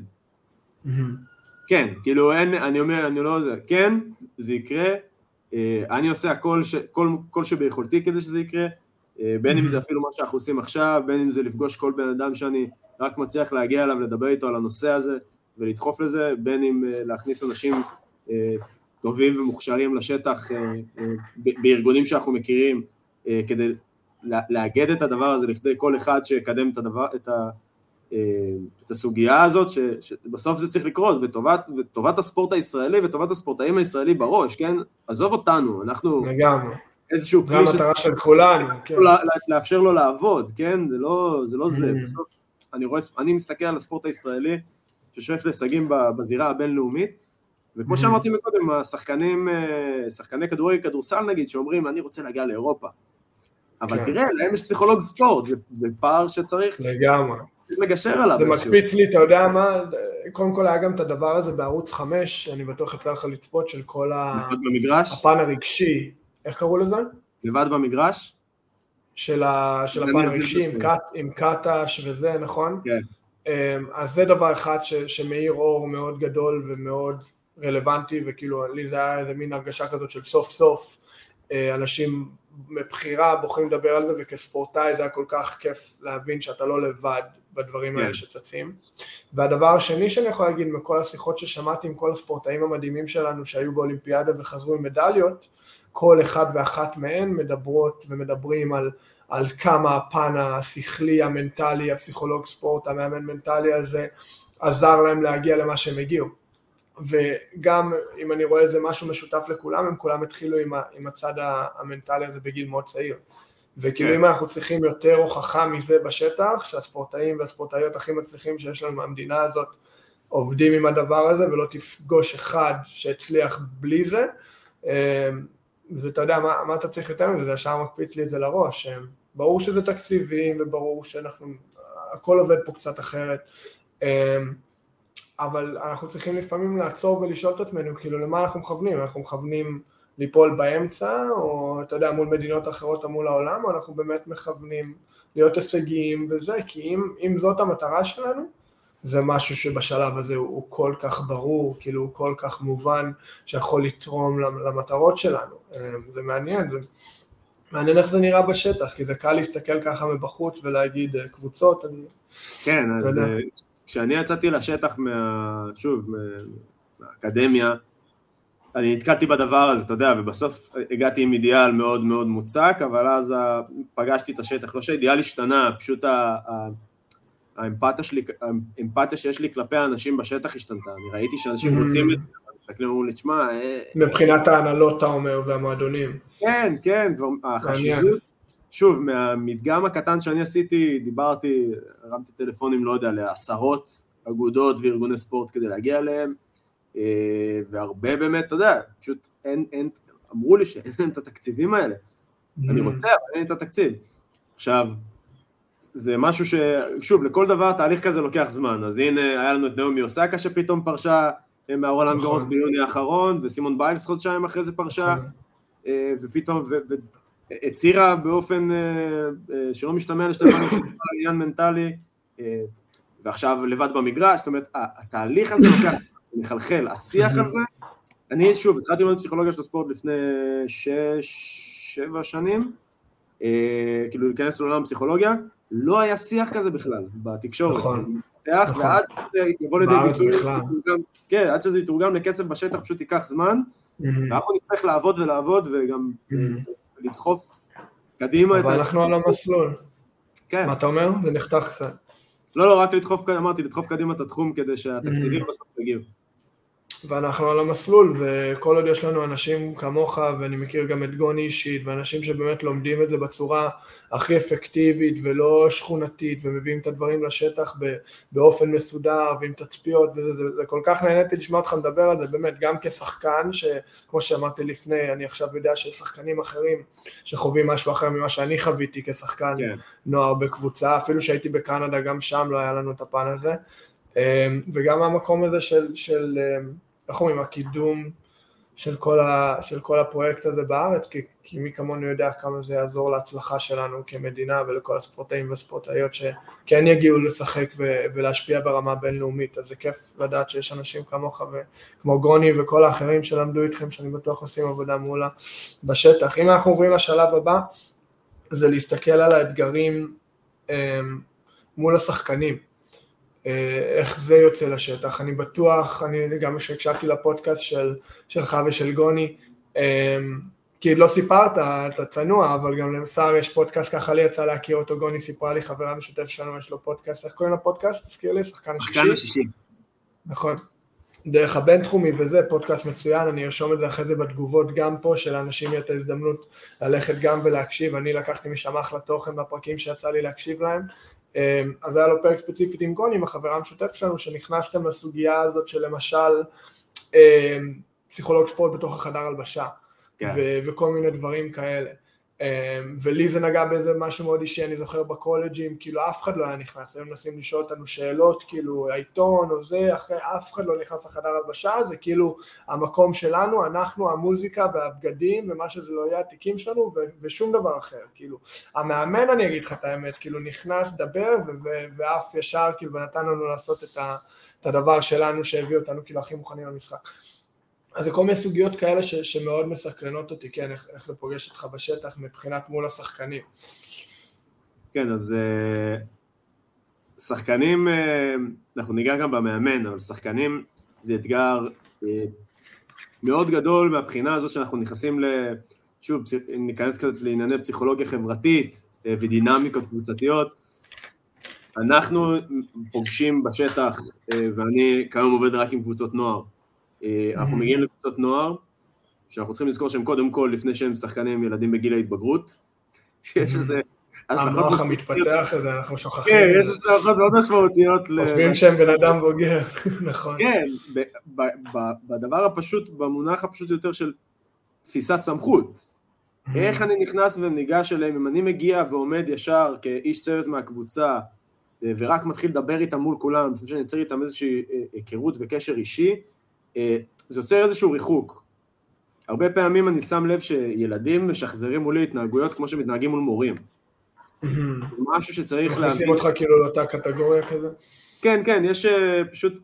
כן, כאילו אין, אני אומר, אני לא זה, כן, זה יקרה, אני עושה הכל, ש, כל, כל שביכולתי כדי שזה יקרה, בין אם זה אפילו מה שאנחנו עושים עכשיו, בין אם זה לפגוש כל בן אדם שאני רק מצליח להגיע אליו, לדבר איתו על הנושא הזה, ולדחוף לזה, בין אם להכניס אנשים טובים ומוכשרים לשטח, בארגונים שאנחנו מכירים, כדי לאגד את הדבר הזה, לפני כל אחד שיקדם את הדבר, את ה... את הסוגיה הזאת, שבסוף זה צריך לקרות, וטובת, וטובת הספורט הישראלי, וטובת הספורטאים הישראלי בראש, כן? עזוב אותנו, אנחנו... לגמרי. איזשהו כלי... זה המטרה של כולנו, כן. לאפשר לו לעבוד, כן? זה לא זה. לא זה. בסוף, אני רואה, אני מסתכל על הספורט הישראלי, ששואף להישגים בזירה הבינלאומית, וכמו שאמרתי מקודם, השחקנים, שחקני כדורגל, כדורסל נגיד, שאומרים, אני רוצה להגיע לאירופה. אבל תראה, להם יש פסיכולוג ספורט, זה פער שצריך... לגמרי. לגשר עליו. זה מקפיץ לי, אתה יודע מה, קודם כל היה גם את הדבר הזה בערוץ חמש, אני בטוח יצא לך לצפות של כל הפן הרגשי, איך קראו לזה? לבד במגרש? של הפן הרגשי, עם קטש וזה, נכון? כן. אז זה דבר אחד שמאיר אור מאוד גדול ומאוד רלוונטי, וכאילו לי זה היה איזה מין הרגשה כזאת של סוף סוף, אנשים מבחירה בוחרים לדבר על זה, וכספורטאי זה היה כל כך כיף להבין שאתה לא לבד בדברים האלה שצצים. והדבר השני שאני יכול להגיד, מכל השיחות ששמעתי עם כל הספורטאים המדהימים שלנו שהיו באולימפיאדה וחזרו עם מדליות, כל אחד ואחת מהן מדברות ומדברים על, על כמה הפן השכלי, המנטלי, הפסיכולוג ספורט, המאמן מנטלי הזה, עזר להם להגיע למה שהם הגיעו. וגם אם אני רואה איזה משהו משותף לכולם, הם כולם התחילו עם, ה, עם הצד המנטלי הזה בגיל מאוד צעיר. וכאילו אם אנחנו צריכים יותר הוכחה מזה בשטח, שהספורטאים והספורטאיות הכי מצליחים שיש לנו מהמדינה הזאת, עובדים עם הדבר הזה, ולא תפגוש אחד שהצליח בלי זה, זה אתה יודע, מה, מה אתה צריך יותר מזה, זה השאר מקפיץ לי את זה לראש, ברור שזה תקציבים, וברור שאנחנו, הכל עובד פה קצת אחרת, אבל אנחנו צריכים לפעמים לעצור ולשאול את עצמנו, כאילו למה אנחנו מכוונים, אנחנו מכוונים ליפול באמצע, או אתה יודע, מול מדינות אחרות או מול העולם, או אנחנו באמת מכוונים להיות הישגיים וזה, כי אם, אם זאת המטרה שלנו, זה משהו שבשלב הזה הוא, הוא כל כך ברור, כאילו הוא כל כך מובן, שיכול לתרום למטרות שלנו. זה מעניין, זה מעניין איך זה נראה בשטח, כי זה קל להסתכל ככה מבחוץ ולהגיד קבוצות, אני... כן, אז כשאני יצאתי לשטח, מה, שוב, מהאקדמיה, אני התקלתי בדבר הזה, אתה יודע, ובסוף הגעתי עם אידיאל מאוד מאוד מוצק, אבל אז פגשתי את השטח, לא שהאידיאל השתנה, פשוט האמפתיה שלי, האמפתיה שיש לי כלפי האנשים בשטח השתנתה, אני ראיתי שאנשים רוצים את זה, מסתכלים ואומרים לי, תשמע... מבחינת ההנהלות, אתה אומר, והמועדונים. כן, כן, החשיבות, שוב, מהמדגם הקטן שאני עשיתי, דיברתי, הרמתי טלפונים, לא יודע, לעשרות אגודות וארגוני ספורט כדי להגיע אליהם, והרבה באמת, אתה יודע, פשוט אין, אין, אמרו לי שאין את התקציבים האלה, אני רוצה, אבל אין את התקציב. עכשיו, זה משהו ש... שוב, לכל דבר תהליך כזה לוקח זמן, אז הנה, היה לנו את נעמי אוסקה שפתאום פרשה מהרולנד גרוס ביוני האחרון, וסימון ביילס חודשיים אחרי זה פרשה, ופתאום, והצירה באופן שלא משתמע לשתיים עניין מנטלי, ועכשיו לבד במגרש, זאת אומרת, התהליך הזה לוקח מחלחל, השיח הזה, אני שוב, התחלתי ללמוד פסיכולוגיה של הספורט לפני שש, שבע שנים, כאילו להיכנס לעולם פסיכולוגיה, לא היה שיח כזה בכלל בתקשורת. נכון. ועד שזה יבוא לידי ביטוי, כן, עד שזה יתורגם לכסף בשטח, פשוט ייקח זמן, ואנחנו נצטרך לעבוד ולעבוד וגם לדחוף קדימה. אבל אנחנו על המסלול. כן. מה אתה אומר? זה נחתך קצת. לא, לא, רק לדחוף, אמרתי, לדחוף קדימה את התחום כדי שהתקציבים בסוף יגיעו. ואנחנו על המסלול, וכל עוד יש לנו אנשים כמוך, ואני מכיר גם את גוני אישית, ואנשים שבאמת לומדים את זה בצורה הכי אפקטיבית ולא שכונתית, ומביאים את הדברים לשטח באופן מסודר, ועם תצפיות, וזה זה, זה כל כך נהניתי לשמוע אותך מדבר על זה, באמת, גם כשחקן, שכמו שאמרתי לפני, אני עכשיו יודע שיש שחקנים אחרים שחווים משהו אחר ממה שאני חוויתי כשחקן כן. נוער בקבוצה, אפילו שהייתי בקנדה, גם שם לא היה לנו את הפן הזה, וגם המקום הזה של, של איך אומרים, הקידום של כל, ה, של כל הפרויקט הזה בארץ, כי, כי מי כמונו יודע כמה זה יעזור להצלחה שלנו כמדינה ולכל הספורטאים והספורטאיות שכן יגיעו לשחק ו, ולהשפיע ברמה בינלאומית, אז זה כיף לדעת שיש אנשים כמוך וכמו גוני וכל האחרים שלמדו איתכם, שאני בטוח עושים עבודה מולה בשטח. אם אנחנו עוברים לשלב הבא, זה להסתכל על האתגרים מול השחקנים. איך זה יוצא לשטח, אני בטוח, אני גם כשהקשבתי לפודקאסט של, שלך ושל גוני, כי לא סיפרת, אתה צנוע, אבל גם למסר יש פודקאסט, ככה לי יצא להכיר אותו, גוני סיפרה לי, חברה משותף שלנו, יש לו פודקאסט, איך קוראים לפודקאסט? תזכיר לי, שחקן השישי? שחקן השישי. נכון. דרך הבינתחומי וזה, פודקאסט מצוין, אני ארשום את זה אחרי זה בתגובות, גם פה שלאנשים יהיה את ההזדמנות ללכת גם ולהקשיב, אני לקחתי משם אחלה תוכן בפרקים שיצא לי להקשיב להם, אז היה לו פרק ספציפית עם גוני, עם החברה המשותפת שלנו, שנכנסתם לסוגיה הזאת של למשל פסיכולוג ספורט בתוך החדר הלבשה, כן. ו- וכל מיני דברים כאלה. ולי זה נגע באיזה משהו מאוד אישי, אני זוכר בקולג'ים, כאילו אף אחד לא היה נכנס, הם מנסים לשאול אותנו שאלות, כאילו העיתון או זה, אחרי אף אחד לא נכנס לחדר הלבשה, זה כאילו המקום שלנו, אנחנו, המוזיקה והבגדים, ומה שזה לא יהיה, התיקים שלנו, ו- ושום דבר אחר, כאילו. המאמן, אני אגיד לך את האמת, כאילו נכנס, דבר, ו- ו- ואף ישר, כאילו, ונתן לנו לעשות את, ה- את הדבר שלנו, שהביא אותנו, כאילו, הכי מוכנים למשחק. אז זה כל מיני סוגיות כאלה ש, שמאוד מסקרנות אותי, כן, איך, איך זה פוגש אותך בשטח מבחינת מול השחקנים. כן, אז uh, שחקנים, uh, אנחנו ניגע גם במאמן, אבל שחקנים זה אתגר uh, מאוד גדול מהבחינה הזאת שאנחנו נכנסים ל... שוב, ניכנס קצת לענייני פסיכולוגיה חברתית uh, ודינמיקות קבוצתיות. אנחנו פוגשים בשטח, uh, ואני כיום עובד רק עם קבוצות נוער, אנחנו מגיעים לקבוצות נוער, שאנחנו צריכים לזכור שהם קודם כל, לפני שהם שחקנים ילדים בגיל ההתבגרות, שיש איזה... המוח המתפתח הזה, אנחנו שוכחים. כן, יש השלכות מאוד משמעותיות. חושבים שהם בן אדם בוגר, נכון. כן, בדבר הפשוט, במונח הפשוט יותר של תפיסת סמכות. איך אני נכנס וניגש אליהם, אם אני מגיע ועומד ישר כאיש צוות מהקבוצה, ורק מתחיל לדבר איתם מול כולם, לפני שאני יוצר איתם איזושהי היכרות וקשר אישי, זה יוצר איזשהו ריחוק. הרבה פעמים אני שם לב שילדים משחזרים מולי התנהגויות כמו שמתנהגים מול מורים. משהו שצריך להבין. מכניסים אותך כאילו לאותה קטגוריה כזה? כן, כן, יש פשוט,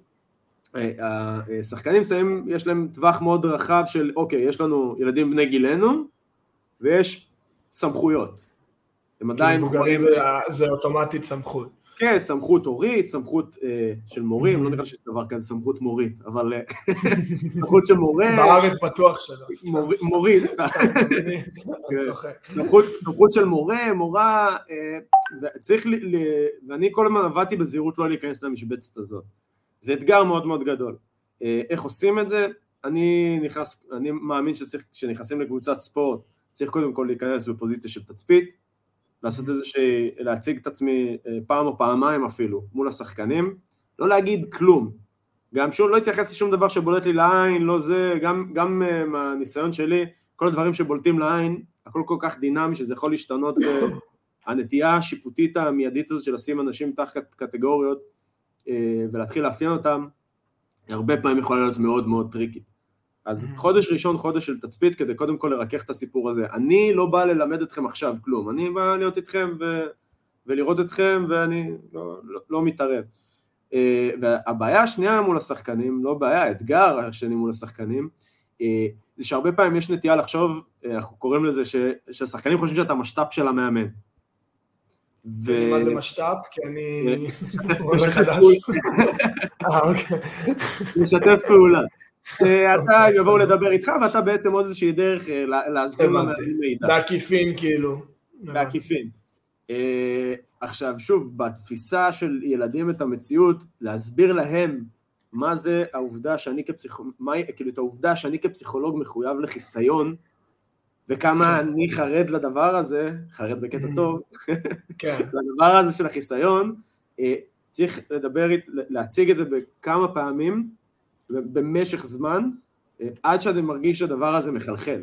השחקנים שמים, יש להם טווח מאוד רחב של, אוקיי, יש לנו ילדים בני גילנו, ויש סמכויות. הם עדיין... מבוגרים זה אוטומטית סמכות. כן, סמכות הורית, סמכות אה, של מורים, לא נראה שיש דבר כזה סמכות מורית, אבל סמכות של מורה... בארץ בטוח שלא. מור, מורית, סתם. סמכות, סמכות של מורה, מורה, אה, וצריך, ל, ל, ואני כל הזמן עבדתי בזהירות לא להיכנס למשבצת הזאת. זה אתגר מאוד מאוד גדול. אה, איך עושים את זה? אני נכנס, אני מאמין שצריך, כשנכנסים לקבוצת ספורט, צריך קודם כל להיכנס בפוזיציה של תצפית, לעשות איזה שהיא, להציג את עצמי פעם או פעמיים אפילו, מול השחקנים, לא להגיד כלום, גם שום, לא התייחס לשום דבר שבולט לי לעין, לא זה, גם, גם מהניסיון שלי, כל הדברים שבולטים לעין, הכל כל כך דינמי שזה יכול להשתנות, הנטייה השיפוטית המיידית הזאת של לשים אנשים תחת קטגוריות, ולהתחיל לאפיין אותם, הרבה פעמים יכולה להיות מאוד מאוד טריקית. אז חודש ראשון, חודש של תצפית, כדי קודם כל לרכך את הסיפור הזה. אני לא בא ללמד אתכם עכשיו כלום, אני בא להיות איתכם ו... ולראות אתכם, ואני לא, לא, לא מתערב. והבעיה השנייה מול השחקנים, לא בעיה, האתגר השני מול השחקנים, זה שהרבה פעמים יש נטייה לחשוב, אנחנו קוראים לזה, ש... שהשחקנים חושבים שאתה משטאפ של המאמן. ו... מה זה משטאפ? כי אני... משתף פעולה. אתה יבואו לדבר איתך, ואתה בעצם עוד איזושהי דרך להסביר למאמנים מידע. בעקיפין כאילו. בעקיפין. עכשיו שוב, בתפיסה של ילדים את המציאות, להסביר להם מה זה העובדה שאני כפסיכולוג, כאילו את העובדה שאני כפסיכולוג מחויב לחיסיון, וכמה אני חרד לדבר הזה, חרד בקטע טוב, לדבר הזה של החיסיון, צריך לדבר, להציג את זה בכמה פעמים, במשך זמן, עד שאני מרגיש שהדבר הזה מחלחל.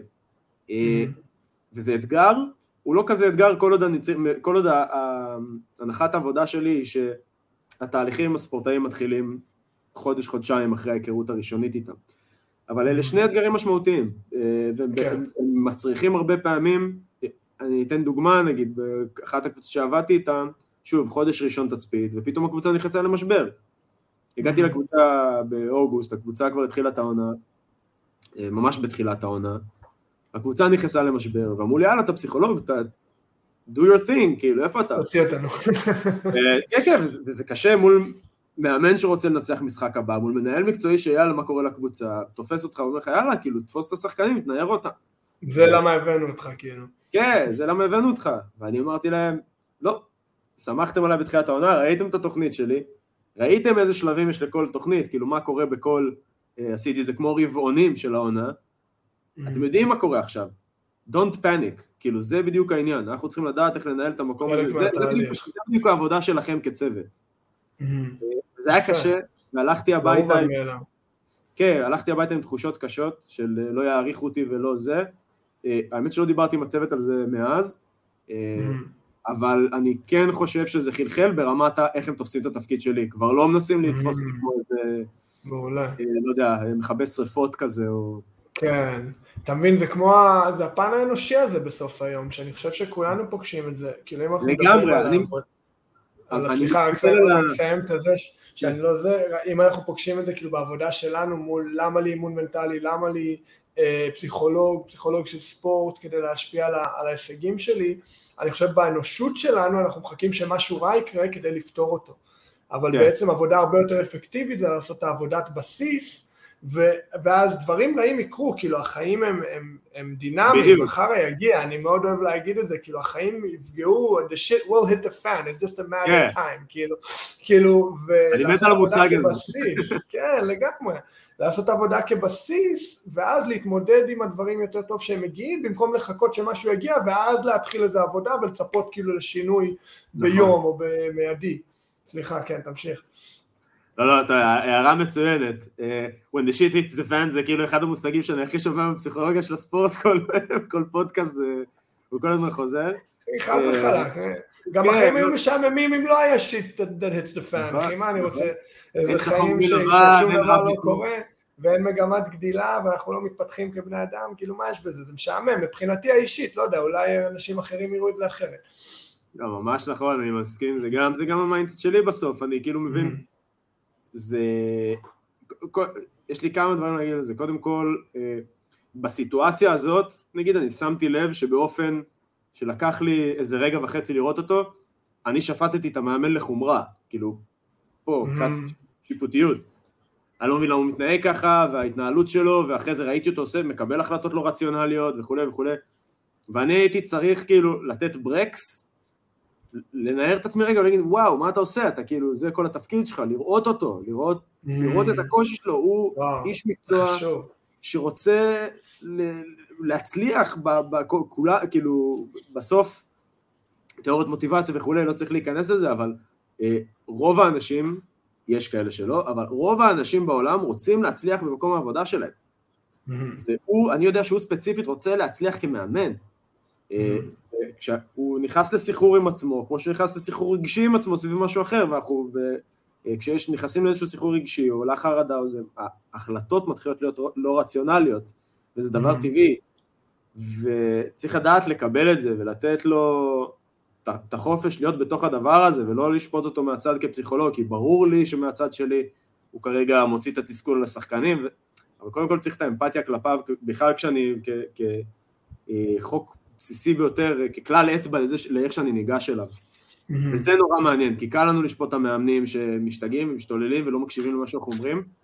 וזה אתגר, הוא לא כזה אתגר כל עוד, אני, כל עוד הנחת העבודה שלי היא שהתהליכים הספורטאים מתחילים חודש, חודשיים אחרי ההיכרות הראשונית איתם. אבל אלה שני אתגרים משמעותיים, והם מצריכים הרבה פעמים, אני אתן דוגמה, נגיד, באחת הקבוצות שעבדתי איתם, שוב, חודש ראשון תצפית, ופתאום הקבוצה נכנסה למשבר. הגעתי לקבוצה באוגוסט, הקבוצה כבר התחילה את העונה, ממש בתחילת העונה, הקבוצה נכנסה למשבר, ואמרו לי, יאללה, אתה פסיכולוג, אתה do your thing, כאילו, איפה אתה? תוציא אותנו. כן, כן, וזה קשה מול מאמן שרוצה לנצח משחק הבא, מול מנהל מקצועי שיאללה, מה קורה לקבוצה, תופס אותך, ואומר לך, יאללה, כאילו, תפוס את השחקנים, תנער אותה. זה למה הבאנו אותך, כאילו. כן, זה למה הבאנו אותך. ואני אמרתי להם, לא, שמחתם עליי בתחילת העונה, ראיתם את התוכנית שלי, ראיתם איזה שלבים יש לכל תוכנית, כאילו, מה קורה בכל, עשיתי זה כמו רבעונים של העונה, אתם יודעים מה קורה עכשיו, don't panic, כאילו זה בדיוק העניין, אנחנו צריכים לדעת איך לנהל את המקום הזה, זה, זה, בדיוק, זה בדיוק העבודה שלכם כצוות. זה היה קשה, והלכתי הביתה, כן, הלכתי הביתה עם תחושות קשות, של לא יעריכו אותי ולא זה, האמת שלא דיברתי עם הצוות על זה מאז, אבל אני כן חושב שזה חלחל ברמת איך הם תופסים את התפקיד שלי, כבר לא מנסים לתפוס אותי כמו איזה, לא יודע, מכבה שריפות כזה, או... כן, אתה מבין, זה כמו, זה הפן האנושי הזה בסוף היום, שאני חושב שכולנו פוגשים את זה, כאילו אם אנחנו מדברים על הסליחה, רק לסיים את זה, שאני לא זה, אם אנחנו פוגשים את זה כאילו בעבודה שלנו מול למה לי אימון מנטלי, למה לי פסיכולוג, פסיכולוג של ספורט כדי להשפיע על ההישגים שלי, אני חושב באנושות שלנו אנחנו מחכים שמשהו רע יקרה כדי לפתור אותו, אבל בעצם עבודה הרבה יותר אפקטיבית זה לעשות את העבודת בסיס, ואז דברים רעים יקרו, כאילו החיים הם, הם, הם דינמיים, מחר יגיע, אני מאוד אוהב להגיד את זה, כאילו החיים יפגעו, the shit will hit the fan, it's just a matter of time, כאילו, כאילו, ולעשות עבודה כבסיס, כן, לגמרי, לעשות עבודה כבסיס, ואז להתמודד עם הדברים יותר טוב שהם מגיעים, במקום לחכות שמשהו יגיע, ואז להתחיל איזו עבודה, ולצפות כאילו לשינוי ביום או במיידי. סליחה, כן, תמשיך. לא, לא, הערה מצוינת. When the shit hits the fan זה כאילו אחד המושגים שאני הכי שומע בפסיכולוגיה של הספורט, כל פודקאסט הוא כל הזמן חוזר. חד וחלק. גם החיים היו משעממים אם לא היה shit that hits the fan. אחי, מה אני רוצה? איזה חיים ששום דבר לא קורה, ואין מגמת גדילה, ואנחנו לא מתפתחים כבני אדם, כאילו מה יש בזה? זה משעמם. מבחינתי האישית, לא יודע, אולי אנשים אחרים יראו את זה אחרת. לא, ממש נכון, אני מסכים. זה גם המיינדסט שלי בסוף, אני כאילו מבין. זה, יש לי כמה דברים להגיד על זה, קודם כל, בסיטואציה הזאת, נגיד אני שמתי לב שבאופן שלקח לי איזה רגע וחצי לראות אותו, אני שפטתי את המאמן לחומרה, כאילו, פה, קצת שיפוטיות, אני לא מבין למה הוא מתנהג ככה, וההתנהלות שלו, ואחרי זה ראיתי אותו עושה, מקבל החלטות לא רציונליות וכו' וכו', ואני הייתי צריך כאילו לתת ברקס, לנער את עצמי רגע ולהגיד, וואו, מה אתה עושה? אתה כאילו, זה כל התפקיד שלך, לראות אותו, לראות, mm. לראות את הקושי שלו, הוא וואו, איש מקצוע חשוב. שרוצה ל- להצליח בכולה, כאילו, בסוף, תיאוריות מוטיבציה וכולי, לא צריך להיכנס לזה, אבל אה, רוב האנשים, יש כאלה שלא, אבל רוב האנשים בעולם רוצים להצליח במקום העבודה שלהם. Mm. והוא, אני יודע שהוא ספציפית רוצה להצליח כמאמן, mm. אה, כשהוא נכנס לסחרור עם עצמו, כמו שהוא נכנס לסחרור רגשי עם עצמו, סביב משהו אחר, וכשיש נכנסים לאיזשהו סחרור רגשי, או עולה חרדה, ההחלטות מתחילות להיות לא רציונליות, וזה דבר טבעי, וצריך לדעת לקבל את זה, ולתת לו את החופש להיות בתוך הדבר הזה, ולא לשפוט אותו מהצד כפסיכולוג, כי ברור לי שמהצד שלי, הוא כרגע מוציא את התסכול לשחקנים, אבל קודם כל צריך את האמפתיה כלפיו, בכלל כשאני כחוק, בסיסי ביותר, ככלל אצבע לאיך שאני ניגש אליו. Mm-hmm. וזה נורא מעניין, כי קל לנו לשפוט את המאמנים שמשתגעים ומשתוללים ולא מקשיבים למה שאנחנו אומרים,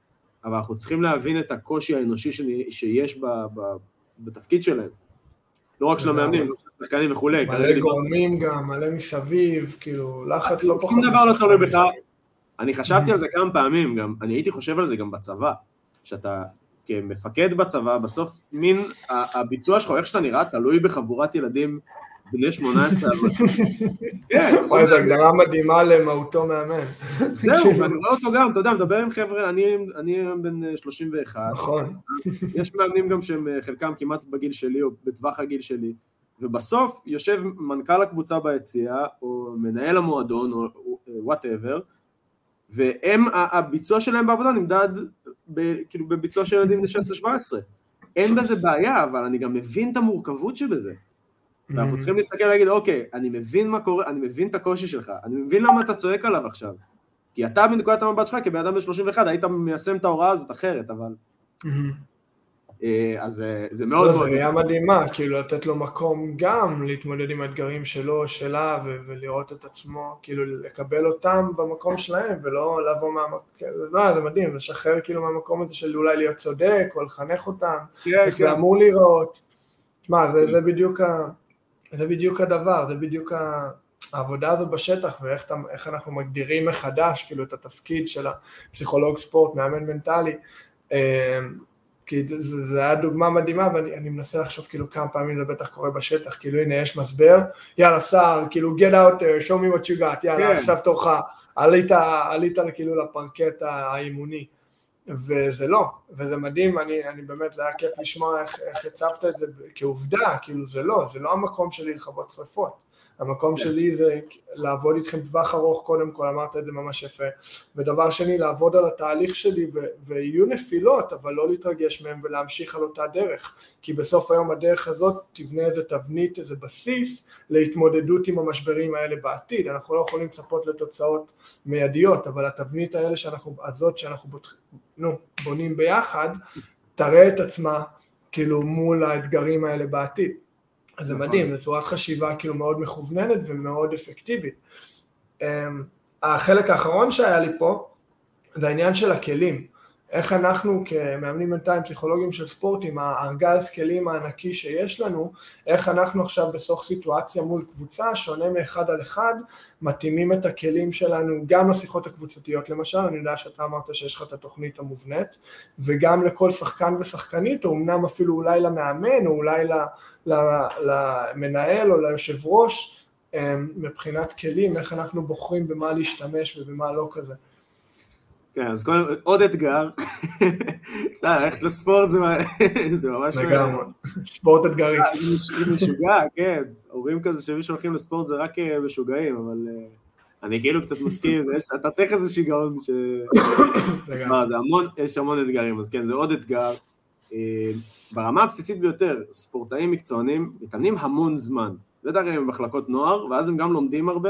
אבל אנחנו צריכים להבין את הקושי האנושי שיש ב, ב, בתפקיד שלהם. לא רק של המאמנים, לא של השחקנים וכולי. מלא גורמים גם, מלא מסביב, כאילו, לחץ לא פחות. שום דבר לא תלוי בך. אני חשבתי על זה כמה פעמים, גם, אני הייתי חושב על זה גם בצבא, שאתה כמפקד בצבא, בסוף מין, הביצוע שלך, איך שאתה נראה, תלוי בחבורת ילדים בני שמונה עשרה. כן. וואי, זו הגדרה מדהימה למהותו מאמן. זהו, אני רואה אותו גם, אתה יודע, מדבר עם חבר'ה, אני בן שלושים ואחת. נכון. יש מאמנים גם שהם חלקם כמעט בגיל שלי, או בטווח הגיל שלי, ובסוף יושב מנכ"ל הקבוצה ביציאה, או מנהל המועדון, או whatever, והם, הביצוע שלהם בעבודה נמדד כאילו בביצוע של ילדים ל-שש עשרה שבע עשרה. אין בזה בעיה, אבל אני גם מבין את המורכבות שבזה. ואנחנו צריכים להסתכל ולהגיד, אוקיי, אני מבין מה קורה, אני מבין את הקושי שלך, אני מבין למה אתה צועק עליו עכשיו. כי אתה בנקודת המבט שלך, כבן אדם ב-שלושים ואחת, היית מיישם את ההוראה הזאת אחרת, אבל... אז זה מאוד מאוד... זה היה מדהימה, כאילו לתת לו מקום גם להתמודד עם האתגרים שלו, שלה, ולראות את עצמו, כאילו לקבל אותם במקום שלהם, ולא לבוא מהמקום, זה מדהים, לשחרר כאילו מהמקום הזה של אולי להיות צודק, או לחנך אותם, איך זה אמור להיראות. תשמע, זה בדיוק זה בדיוק הדבר, זה בדיוק העבודה הזאת בשטח, ואיך אנחנו מגדירים מחדש, כאילו את התפקיד של הפסיכולוג ספורט, מאמן מנטלי, כי זה, זה היה דוגמה מדהימה, ואני מנסה לחשוב כאילו כמה פעמים זה בטח קורה בשטח, כאילו הנה יש מסבר, יאללה שר, כאילו get out there, show me what you got, יאללה עכשיו תורך, עלית, עלית כאילו לפרקט האימוני, וזה לא, וזה מדהים, אני, אני באמת, זה היה כיף לשמוע איך, איך הצבת את זה כעובדה, כאילו זה לא, זה לא המקום שלי לכבות שריפות, המקום שלי זה לעבוד איתכם טווח ארוך, קודם כל אמרת את זה ממש יפה, ודבר שני לעבוד על התהליך שלי ו- ויהיו נפילות, אבל לא להתרגש מהם ולהמשיך על אותה דרך, כי בסוף היום הדרך הזאת תבנה איזה תבנית, איזה בסיס להתמודדות עם המשברים האלה בעתיד, אנחנו לא יכולים לצפות לתוצאות מיידיות, אבל התבנית האלה שאנחנו, הזאת שאנחנו בוט... נו, בונים ביחד, תראה את עצמה כאילו מול האתגרים האלה בעתיד. אז זה מדהים, זו צורת חשיבה כאילו מאוד מכווננת ומאוד אפקטיבית. החלק האחרון שהיה לי פה, זה העניין של הכלים. איך אנחנו כמאמנים מנטליים פסיכולוגיים של ספורט, עם הארגז כלים הענקי שיש לנו, איך אנחנו עכשיו בסוף סיטואציה מול קבוצה, שונה מאחד על אחד, מתאימים את הכלים שלנו, גם לשיחות הקבוצתיות למשל, אני יודע שאתה אמרת שיש לך את התוכנית המובנית, וגם לכל שחקן ושחקנית, או אמנם אפילו אולי למאמן, או אולי למנהל או ליושב ראש, מבחינת כלים, איך אנחנו בוחרים במה להשתמש ובמה לא כזה. כן, אז עוד אתגר, ללכת לספורט זה ממש... לגמרי, ספורט אתגרי. זה משוגע, כן, הורים כזה שמי שהולכים לספורט זה רק משוגעים, אבל אני כאילו קצת מסכים, אתה צריך איזה שיגעון ש... מה, זה המון, יש המון אתגרים, אז כן, זה עוד אתגר. ברמה הבסיסית ביותר, ספורטאים מקצוענים מתאמנים המון זמן, בטח הם במחלקות נוער, ואז הם גם לומדים הרבה,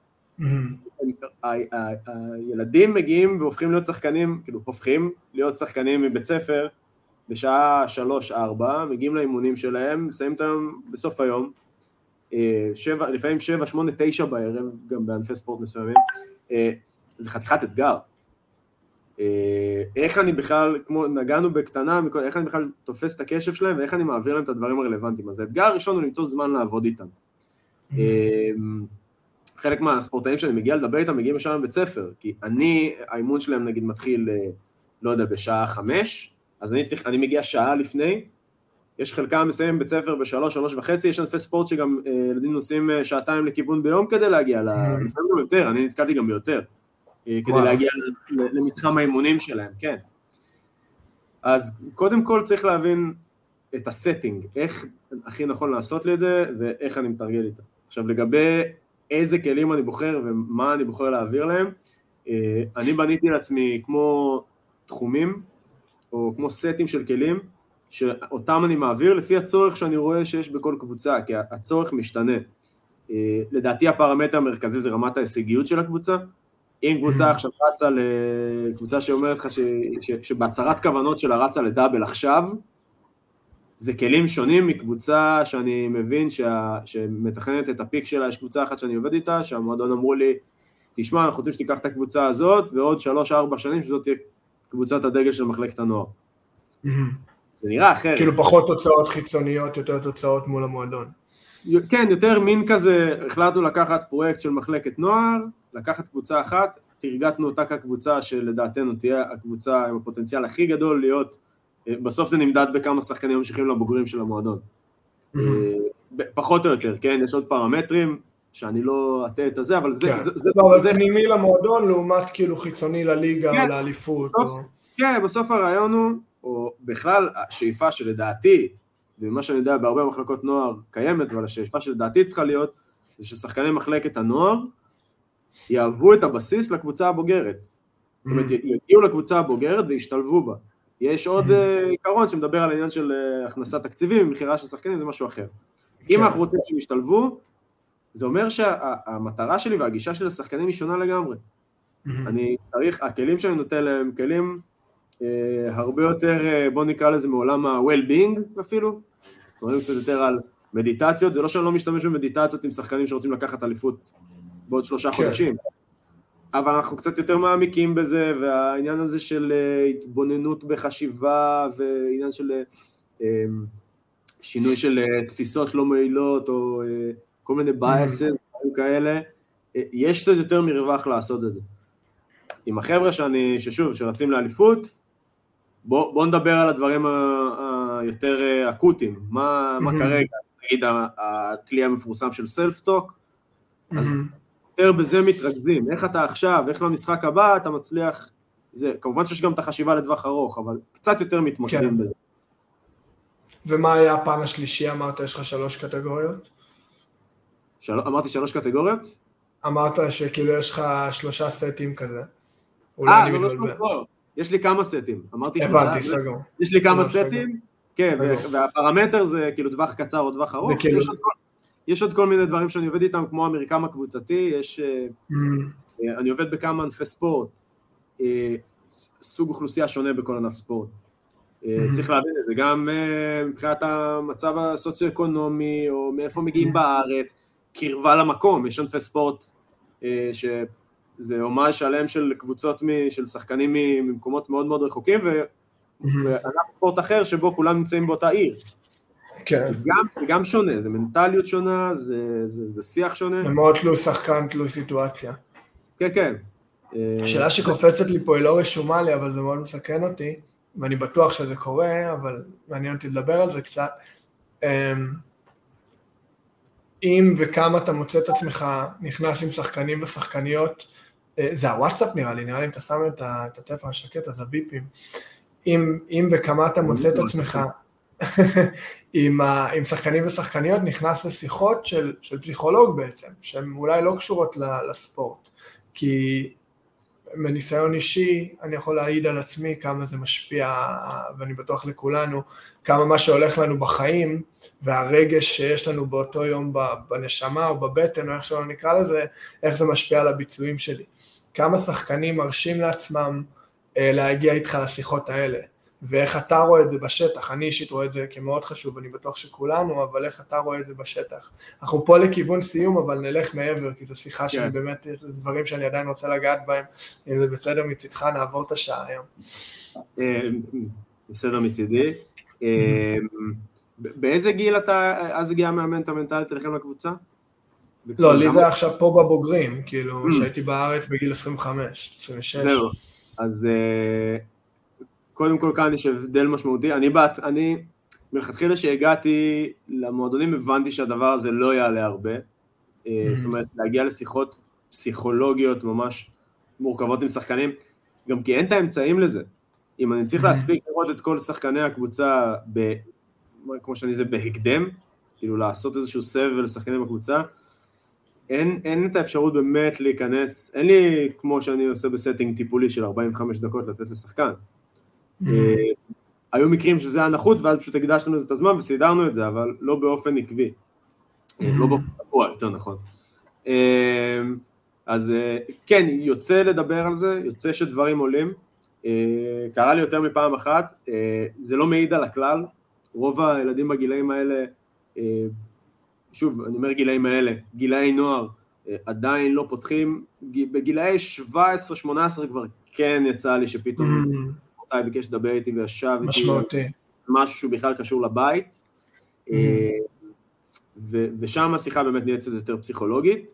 הילדים מגיעים והופכים להיות שחקנים, כאילו הופכים להיות שחקנים מבית ספר בשעה שלוש ארבע, מגיעים לאימונים שלהם, מסיים את היום בסוף היום, שבע, לפעמים שבע, שמונה, תשע בערב, גם בענפי ספורט מסוימים, זה חתיכת אתגר. איך אני בכלל, כמו נגענו בקטנה, איך אני בכלל תופס את הקשב שלהם, ואיך אני מעביר להם את הדברים הרלוונטיים. אז האתגר הראשון הוא למצוא זמן לעבוד איתם. חלק מהספורטאים שאני מגיע לדבר איתם, מגיעים לשם בבית ספר, כי אני, האימון שלהם נגיד מתחיל, לא יודע, בשעה חמש, אז אני צריך, אני מגיע שעה לפני, יש חלקם מסיים בית ספר בשלוש, שלוש וחצי, יש ענפי ספורט שגם ילדים נוסעים שעתיים לכיוון ביום כדי להגיע, לפעמים גם יותר, אני נתקלתי גם ביותר, כדי להגיע למתחם האימונים שלהם, כן. אז קודם כל צריך להבין את הסטינג, איך הכי נכון לעשות לי את זה, ואיך אני מתרגל איתה. עכשיו לגבי איזה כלים אני בוחר ומה אני בוחר להעביר להם, אני בניתי לעצמי כמו תחומים, או כמו סטים של כלים, שאותם אני מעביר לפי הצורך שאני רואה שיש בכל קבוצה, כי הצורך משתנה. לדעתי הפרמטר המרכזי זה רמת ההישגיות של הקבוצה, אם קבוצה עכשיו רצה לקבוצה שאומרת לך שבהצהרת כוונות שלה רצה לדאבל עכשיו, זה כלים שונים מקבוצה שאני מבין שה, שמתכנת את הפיק שלה, יש קבוצה אחת שאני עובד איתה, שהמועדון אמרו לי, תשמע, אנחנו רוצים שתיקח את הקבוצה הזאת, ועוד שלוש, ארבע שנים שזאת תהיה קבוצת הדגל של מחלקת הנוער. זה נראה אחרת. כאילו פחות תוצאות חיצוניות, יותר תוצאות מול המועדון. כן, יותר מין כזה, החלטנו לקחת פרויקט של מחלקת נוער, לקחת קבוצה אחת, תרגטנו אותה כקבוצה שלדעתנו תהיה הקבוצה עם הפוטנציאל הכי גדול להיות, בסוף זה נמדד בכמה שחקנים ממשיכים לבוגרים של המועדון. פחות או יותר, כן, יש עוד פרמטרים שאני לא אטעה את הזה, אבל זה... זה אבל פנימי למועדון לעומת כאילו חיצוני לליגה או לאליפות. כן, בסוף הרעיון הוא, או בכלל השאיפה שלדעתי, ומה שאני יודע בהרבה מחלקות נוער קיימת, אבל השאיפה שלדעתי צריכה להיות, זה ששחקני מחלקת הנוער יאהבו את הבסיס לקבוצה הבוגרת. זאת אומרת, יגיעו לקבוצה הבוגרת וישתלבו בה. יש עוד עיקרון שמדבר על העניין של הכנסת תקציבים, מחירה של שחקנים, זה משהו אחר. אם אנחנו רוצים שהם ישתלבו, זה אומר שהמטרה שלי והגישה של השחקנים היא שונה לגמרי. אני צריך, הכלים שאני נותן להם, כלים הרבה יותר, בוא נקרא לזה מעולם ה-well-being אפילו, זאת אומרת קצת יותר על מדיטציות, זה לא שאני לא משתמש במדיטציות עם שחקנים שרוצים לקחת אליפות בעוד שלושה חודשים, אבל אנחנו קצת יותר מעמיקים בזה, והעניין הזה של התבוננות בחשיבה, ועניין של שינוי של תפיסות לא מועילות, או כל מיני biases כאלה, יש קצת יותר מרווח לעשות את זה. עם החבר'ה שאני, ששוב, שרצים לאליפות, בוא, בוא נדבר על הדברים היותר אקוטיים, מה, מה כרגע, נגיד הכלי המפורסם של סלף-טוק, אז יותר בזה מתרכזים, איך אתה עכשיו, איך למשחק הבא, אתה מצליח, זה, כמובן שיש גם את החשיבה לדווח ארוך, אבל קצת יותר מתמקדים בזה. ומה היה הפן השלישי? אמרת, יש לך שלוש קטגוריות? של... אמרתי שלוש קטגוריות? אמרת שכאילו יש לך שלושה סטים כזה. אה, לא, לא, לא. יש לי כמה סטים. אמרתי שלושה. יש לי כמה סטים, כן, והפרמטר זה כאילו טווח קצר או טווח ארוך. יש עוד כל מיני דברים שאני עובד איתם, כמו המרקם הקבוצתי, יש... אני עובד בכמה ענפי ספורט, סוג אוכלוסייה שונה בכל ענף ספורט. צריך להבין את זה, גם מבחינת המצב הסוציו-אקונומי, או מאיפה מגיעים בארץ, קרבה למקום, יש ענפי ספורט שזה אומה שלם של קבוצות של שחקנים ממקומות מאוד מאוד רחוקים, וענף ספורט אחר שבו כולם נמצאים באותה עיר. כן. זה גם שונה, זה מנטליות שונה, זה שיח שונה. זה מאוד תלוי שחקן, תלוי סיטואציה. כן, כן. השאלה שקופצת לי פה היא לא רשומה לי, אבל זה מאוד מסכן אותי, ואני בטוח שזה קורה, אבל מעניין אותי לדבר על זה קצת. אם וכמה אתה מוצא את עצמך נכנס עם שחקנים ושחקניות, זה הוואטסאפ נראה לי, נראה לי אם אתה שם את הטלפון השקט, אז הביפים. אם, אם וכמה אתה מוצא את עצמך עם, עם שחקנים ושחקניות, נכנס לשיחות של, של פסיכולוג בעצם, שהן אולי לא קשורות לספורט, כי מניסיון אישי, אני יכול להעיד על עצמי כמה זה משפיע, ואני בטוח לכולנו, כמה מה שהולך לנו בחיים, והרגש שיש לנו באותו יום בנשמה או בבטן, או איך שלא נקרא לזה, איך זה משפיע על הביצועים שלי. כמה שחקנים מרשים לעצמם להגיע איתך לשיחות האלה, ואיך אתה רואה את זה בשטח. אני אישית רואה את זה כמאוד חשוב, אני בטוח שכולנו, אבל איך אתה רואה את זה בשטח. אנחנו פה לכיוון סיום, אבל נלך מעבר, כי זו שיחה שאני באמת, יש דברים שאני עדיין רוצה לגעת בהם, אם זה בסדר מצדך, נעבור את השעה היום. בסדר מצידי. באיזה גיל אתה, אז הגיע המאמן המנטלית אליכם לקבוצה? לא, לי זה עכשיו פה בבוגרים, כאילו, שהייתי בארץ בגיל עשרים וחמש, עשרים ושש. זהו, אז קודם כל כאן יש הבדל משמעותי. אני בת, אני, מלכתחילה שהגעתי למועדונים, הבנתי שהדבר הזה לא יעלה הרבה. זאת אומרת, להגיע לשיחות פסיכולוגיות ממש מורכבות עם שחקנים, גם כי אין את האמצעים לזה. אם אני צריך להספיק לראות את כל שחקני הקבוצה, ב, כמו שאני זה, בהקדם, כאילו לעשות איזשהו סבב ולשחקנים בקבוצה, אין, אין את האפשרות באמת להיכנס, אין לי כמו שאני עושה בסטינג טיפולי של ארבעים וחמש דקות לתת לשחקן. היו מקרים שזה היה נחוץ, ואז פשוט הקדשנו לזה את הזמן וסידרנו את זה, אבל לא באופן עקבי. לא באופן קבוע, יותר נכון. אז כן, יוצא לדבר על זה, יוצא שדברים עולים, קרה לי יותר מפעם אחת, זה לא מעיד על הכלל, רוב הילדים בגילאים האלה, שוב, אני אומר גילאים האלה, גילאי נוער, עדיין לא פותחים, בגילאי שבע עשרה שמונה עשרה כבר כן יצא לי שפתאום אותי ביקש לדבר איתי וישב איתי, משמעותי. משהו שהוא בכלל קשור לבית, ושם השיחה באמת נהיית קצת יותר פסיכולוגית.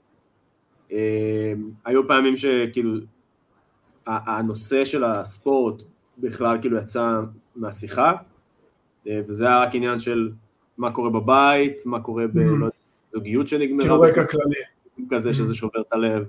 היו פעמים שכאילו, הנושא של הספורט בכלל כאילו יצא מהשיחה, וזה היה רק עניין של מה קורה בבית, מה קורה בזוגיות שנגמרה. כאילו רקע כללי. כזה שזה שובר את הלב.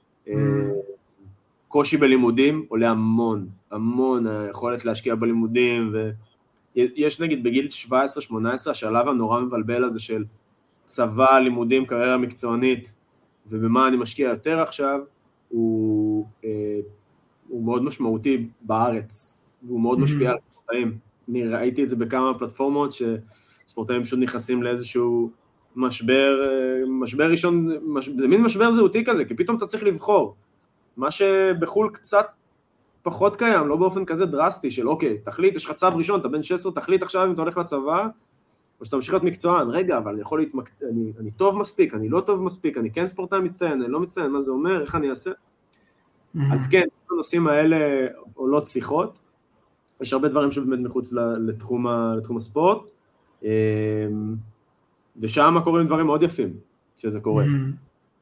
קושי בלימודים עולה המון, המון היכולת להשקיע בלימודים, ויש נגיד בגיל שבע עשרה שמונה עשרה, השלב הנורא מבלבל הזה של צבא, לימודים, קריירה מקצוענית, ובמה אני משקיע יותר עכשיו, הוא, הוא מאוד משמעותי בארץ, והוא מאוד משפיע על ספורטאים. אני ראיתי את זה בכמה פלטפורמות, שספורטאים פשוט נכנסים לאיזשהו משבר, משבר ראשון, מש, זה מין משבר זהותי כזה, כי פתאום אתה צריך לבחור. מה שבחול קצת פחות קיים, לא באופן כזה דרסטי, של אוקיי, תחליט, יש לך צו ראשון, אתה בן שש עשרה, תחליט עכשיו אם אתה הולך לצבא, או שאתה ממשיך להיות מקצוען, רגע, אבל אני יכול להתמק... אני, אני טוב מספיק, אני לא טוב מספיק, אני כן ספורטאי מצטיין, אני לא מצטיין, מה זה אומר, איך אני אעשה? Mm-hmm. אז כן, הנושאים האלה עולות שיחות, יש הרבה דברים שבאמת מחוץ לתחום, לתחום הספורט, ושם קורים דברים מאוד יפים, שזה קורה. Mm-hmm.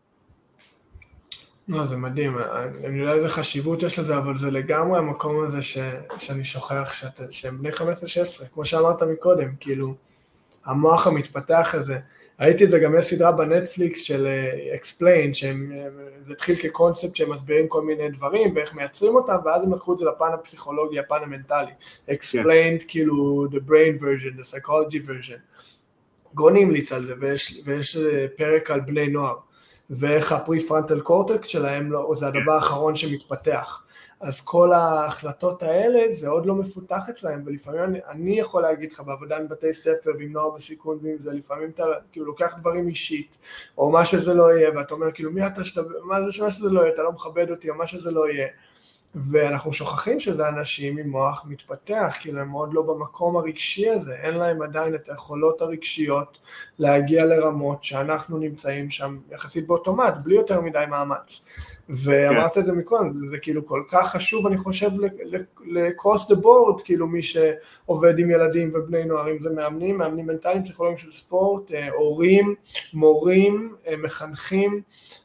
לא, זה מדהים, אני יודע איזה חשיבות יש לזה, אבל זה לגמרי המקום הזה ש, שאני שוכח שאת, שהם בני חמש עשרה שש עשרה, כמו שאמרת מקודם, כאילו, המוח המתפתח הזה. ראיתי את זה גם יש סדרה בנטפליקס של uh, Explain, שזה התחיל כקונספט שהם מסבירים כל מיני דברים, ואיך מייצרים אותם, ואז הם לקחו את זה לפן הפסיכולוגי, הפן המנטלי. Explained, yeah. כאילו, the brain version, the psychology version. גוני המליץ על זה, ויש, ויש פרק על בני נוער. ואיך הפרי-פרנטל קורטקס שלהם, זה הדבר האחרון שמתפתח. אז כל ההחלטות האלה, זה עוד לא מפותח אצלהם, ולפעמים אני, אני יכול להגיד לך, בעבודה עם בתי ספר, ועם נוער בסיכון, ועם זה, לפעמים אתה כאילו לוקח דברים אישית, או מה שזה לא יהיה, ואתה אומר, כאילו, מי אתה שדבר, מה זה שמה שזה לא יהיה, אתה לא מכבד אותי, או מה שזה לא יהיה. ואנחנו שוכחים שזה אנשים עם מוח מתפתח, כאילו הם עוד לא במקום הרגשי הזה, אין להם עדיין את היכולות הרגשיות להגיע לרמות שאנחנו נמצאים שם יחסית באוטומט, בלי יותר מדי מאמץ. ואמרת את זה מקודם, זה, זה כאילו כל כך חשוב, אני חושב, ל-cross the board, כאילו מי שעובד עם ילדים ובני נוערים, זה מאמנים, מאמנים מנטליים, פסיכולוגים של ספורט, הורים, מורים, מחנכים,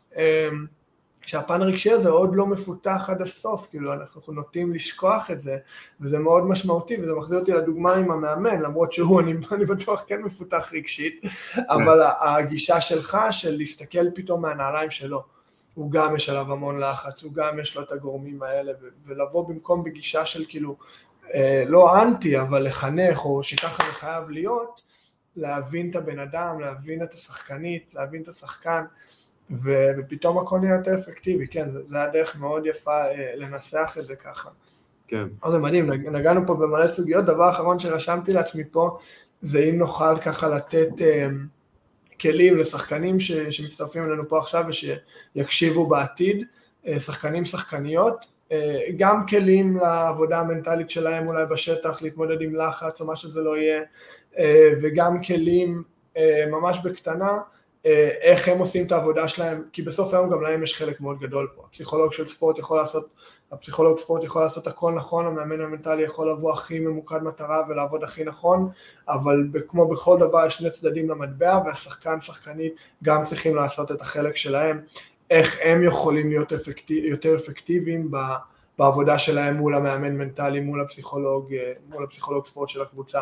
שהפן הרגשי הזה עוד לא מפותח עד הסוף, כאילו אנחנו נוטים לשכוח את זה, וזה מאוד משמעותי, וזה מחזיר אותי לדוגמה עם המאמן, למרות שהוא, אני, אני בטוח כן מפותח רגשית, אבל הגישה שלך של להסתכל פתאום מהנעליים שלו, הוא גם יש עליו המון לחץ, הוא גם יש לו את הגורמים האלה, ולבוא במקום בגישה של כאילו, לא אנטי, אבל לחנך, או שככה זה חייב להיות, להבין את הבן אדם, להבין את השחקנית, להבין את השחקן, ופתאום הכל נהיה יותר אפקטיבי, כן, זה הדרך מאוד יפה לנסח את זה ככה. כן. אז זה מדהים, נגענו פה במלא סוגיות, דבר אחרון שרשמתי לעצמי פה, זה אם נוכל ככה לתת כלים לשחקנים שמצטרפים אלינו פה עכשיו ושיקשיבו בעתיד, שחקנים שחקניות, גם כלים לעבודה המנטלית שלהם אולי בשטח, להתמודד עם לחץ או מה שזה לא יהיה, וגם כלים ממש בקטנה, איך הם עושים את העבודה שלהם, כי בסוף היום גם להם יש חלק מאוד גדול פה. הפסיכולוג של ספורט יכול לעשות, הפסיכולוג ספורט יכול לעשות הכל נכון, המאמן המנטלי יכול לבוא הכי ממוקד מטרה ולעבוד הכי נכון, אבל כמו בכל דבר יש שני צדדים למטבע, והשחקן, שחקנית גם צריכים לעשות את החלק שלהם, איך הם יכולים להיות אפקטיב, יותר אפקטיביים בעבודה שלהם מול המאמן מנטלי, מול הפסיכולוג, מול הפסיכולוג ספורט של הקבוצה.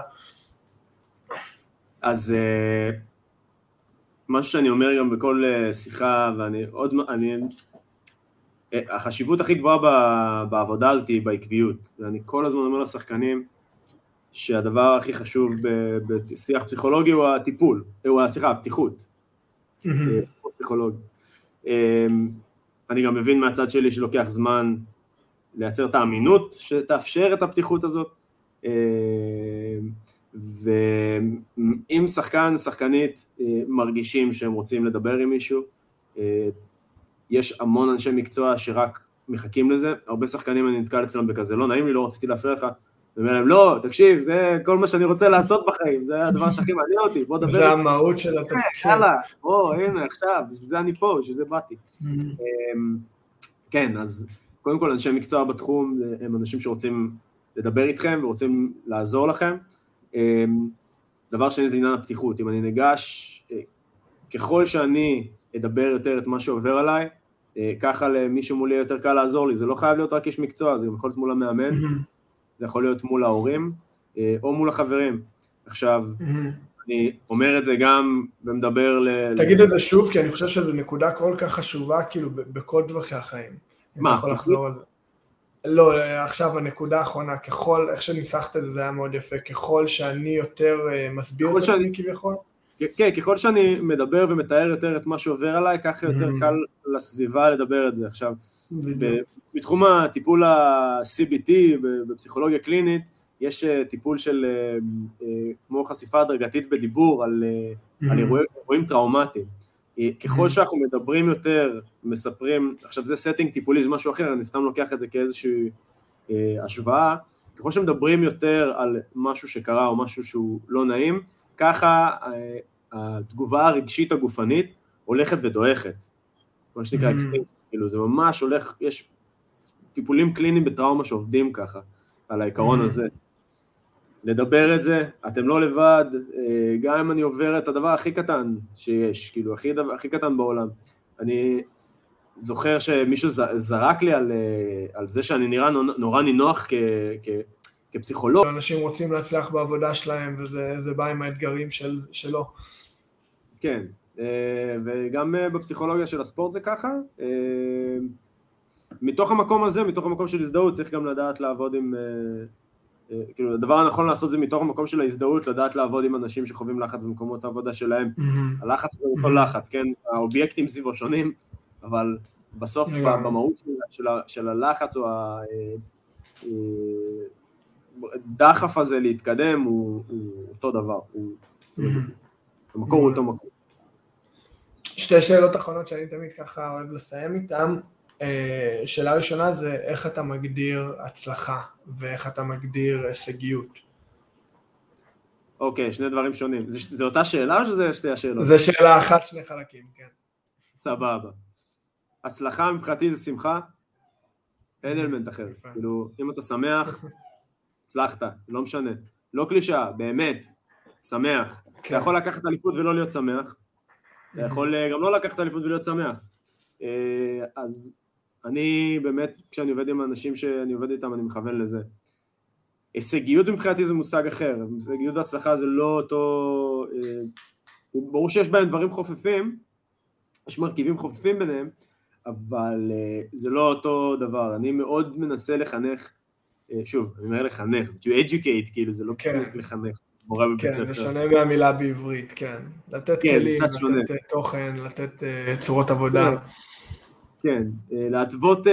אז משהו שאני אומר גם בכל שיחה, ואני עוד, אני, החשיבות הכי גבוהה בעבודה הזאת היא בעקביות, ואני כל הזמן אומר לשחקנים, שהדבר הכי חשוב בשיח פסיכולוגי הוא הטיפול, הוא השיחה, הפתיחות, פסיכולוג. אני גם מבין מהצד שלי שלוקח זמן לייצר את האמינות, שתאפשר את הפתיחות הזאת, ואם שחקן, שחקנית מרגישים שהם רוצים לדבר עם מישהו, יש המון אנשי מקצוע שרק מחכים לזה, הרבה שחקנים אני נתקל אצלם בכזה, לא נעים לי, לא רציתי להפריע לך, ואומר להם, לא, תקשיב, זה כל מה שאני רוצה לעשות בחיים, זה הדבר שהכי מעניין אותי, בוא דבר. זה המהות של התפקיד. יאללה, בוא, הנה, עכשיו, בשביל זה אני פה, בשביל זה באתי. כן, אז קודם כל אנשי מקצוע בתחום הם אנשים שרוצים לדבר איתכם ורוצים לעזור לכם. דבר שני זה עניין הפתיחות, אם אני ניגש, ככל שאני אדבר יותר את מה שעובר עליי, ככה למי שמולי יותר קל לעזור לי, זה לא חייב להיות רק איש מקצוע, זה יכול להיות מול המאמן, זה יכול להיות מול ההורים, או מול החברים. עכשיו, אני אומר את זה גם ומדבר ל... תגיד את זה שוב, כי אני חושב שזו נקודה כל כך חשובה, כאילו, בכל דרכי החיים. מה? יכול לחזור על זה. לא, עכשיו הנקודה האחרונה, ככל, איך שניסחת את זה, זה היה מאוד יפה, ככל שאני יותר מסביר את עצמי כביכול. כן, ככל שאני מדבר ומתאר יותר את מה שעובר עליי, ככה יותר קל לסביבה לדבר את זה. עכשיו, בתחום הטיפול ה-סי בי טי, בפסיכולוגיה קלינית, יש טיפול של, כמו חשיפה הדרגתית בדיבור, על אירועים טראומטיים. ככל שאנחנו מדברים יותר, מספרים, עכשיו זה סטינג טיפולי, זה משהו אחר, אני סתם לוקח את זה כאיזושהי השוואה, ככל שמדברים יותר על משהו שקרה או משהו שהוא לא נעים, ככה התגובה הרגשית הגופנית הולכת ודועכת, מה שנקרא אקסטינקט, כאילו זה ממש הולך, יש טיפולים קליניים בטראומה שעובדים ככה, על העיקרון הזה. לדבר את זה, אתם לא לבד, גם אם אני עובר את הדבר הכי קטן שיש, כאילו הכי, הכי קטן בעולם. אני זוכר שמישהו זרק לי על, על זה שאני נראה נורא נינוח כ, כ, כפסיכולוג. אנשים רוצים להצליח בעבודה שלהם, וזה בא עם האתגרים של, שלו. כן, וגם בפסיכולוגיה של הספורט זה ככה. מתוך המקום הזה, מתוך המקום של הזדהות, צריך גם לדעת לעבוד עם... כאילו, הדבר הנכון לעשות זה מתוך המקום של ההזדהות, לדעת לעבוד עם אנשים שחווים לחץ במקומות העבודה שלהם. הלחץ זה אותו לחץ, כן? האובייקטים סביבו שונים, אבל בסוף במהות של הלחץ או הדחף הזה להתקדם הוא אותו דבר. המקור הוא אותו מקום. שתי שאלות אחרונות שאני תמיד ככה אוהב לסיים איתם. שאלה ראשונה זה איך אתה מגדיר הצלחה ואיך אתה מגדיר הישגיות. אוקיי, שני דברים שונים. זה אותה שאלה או שזה שתי השאלות? זה שאלה אחת, שני חלקים, כן. סבבה. הצלחה מבחינתי זה שמחה, אין אלמנט אחר. כאילו, אם אתה שמח, הצלחת, לא משנה. לא קלישאה, באמת, שמח. אתה יכול לקחת אליפות ולא להיות שמח. אתה יכול גם לא לקחת אליפות ולהיות שמח. אז אני באמת, כשאני עובד עם האנשים שאני עובד איתם, אני מכוון לזה. הישגיות מבחינתי זה מושג אחר, הישגיות והצלחה זה לא אותו, ברור שיש בהם דברים חופפים, יש מרכיבים חופפים ביניהם, אבל זה לא אותו דבר. אני מאוד מנסה לחנך, שוב, אני אומר לחנך, זה to educate, כאילו זה לא לחנך, מורה בבית ספר. כן, זה שונה מהמילה בעברית, כן. לתת כלים, לתת תוכן, לתת צורות עבודה. כן, להתוות,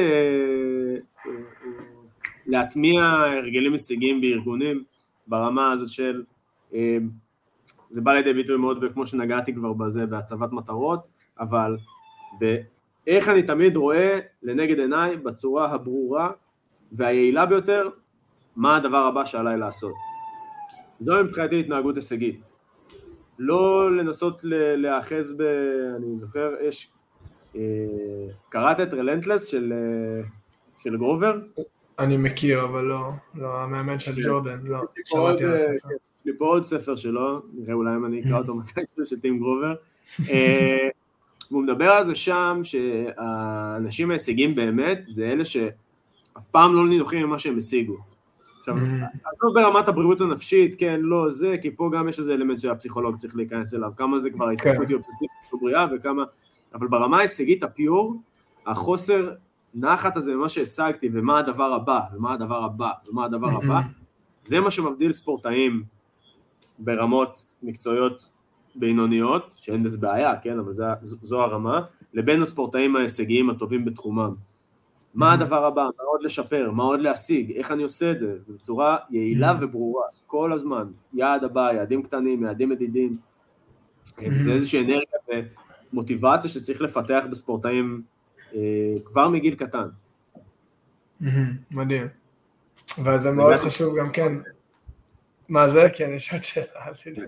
להטמיע הרגלים הישגיים בארגונים, ברמה הזאת של, זה בא לידי ביטוי מאוד כמו שנגעתי כבר בזה, בהצבת מטרות, אבל באיך אני תמיד רואה לנגד עיניי בצורה הברורה והיעילה ביותר, מה הדבר הבא שעליי לעשות. זו מבחינתי התנהגות הישגית. לא לנסות להאחז ב... אני זוכר, יש... קראת את רלנטלס של, של גרובר? אני מכיר, אבל לא, לא, המאמן של ג'ורדן, לא, שמעתי על הספר. יש לי פה עוד ספר שלו, נראה אולי אם אני אקרא אותו מתישהו של טים גרובר, והוא מדבר על זה שם, שהאנשים ההישגים באמת, זה אלה שאף פעם לא נינוחים ממה שהם השיגו. עכשיו, לא ברמת הבריאות הנפשית, כן, לא, זה, כי פה גם יש איזה אלמנט שהפסיכולוג צריך להיכנס אליו, כמה זה כבר התעסקות היא אובססיבית בבריאה, וכמה... אבל ברמה ההישגית הפיור, החוסר נחת הזה במה שהשגתי, ומה הדבר הבא, ומה הדבר הבא, ומה הדבר הבא, זה מה שמבדיל ספורטאים ברמות מקצועיות בינוניות, שאין בזה בעיה, כן, אבל זה, זו הרמה, לבין הספורטאים ההישגיים הטובים בתחומם. מה הדבר הבא, מה עוד לשפר, מה עוד להשיג, איך אני עושה את זה, בצורה יעילה וברורה, כל הזמן, יעד הבא, יעדים קטנים, יעדים מדידים, זה איזושהי אנרגיה מוטיבציה שצריך לפתח בספורטאים אה, כבר מגיל קטן. מדהים. וזה מאוד חשוב גם כן. מה זה? כן, יש עוד שאלה, אל תדע.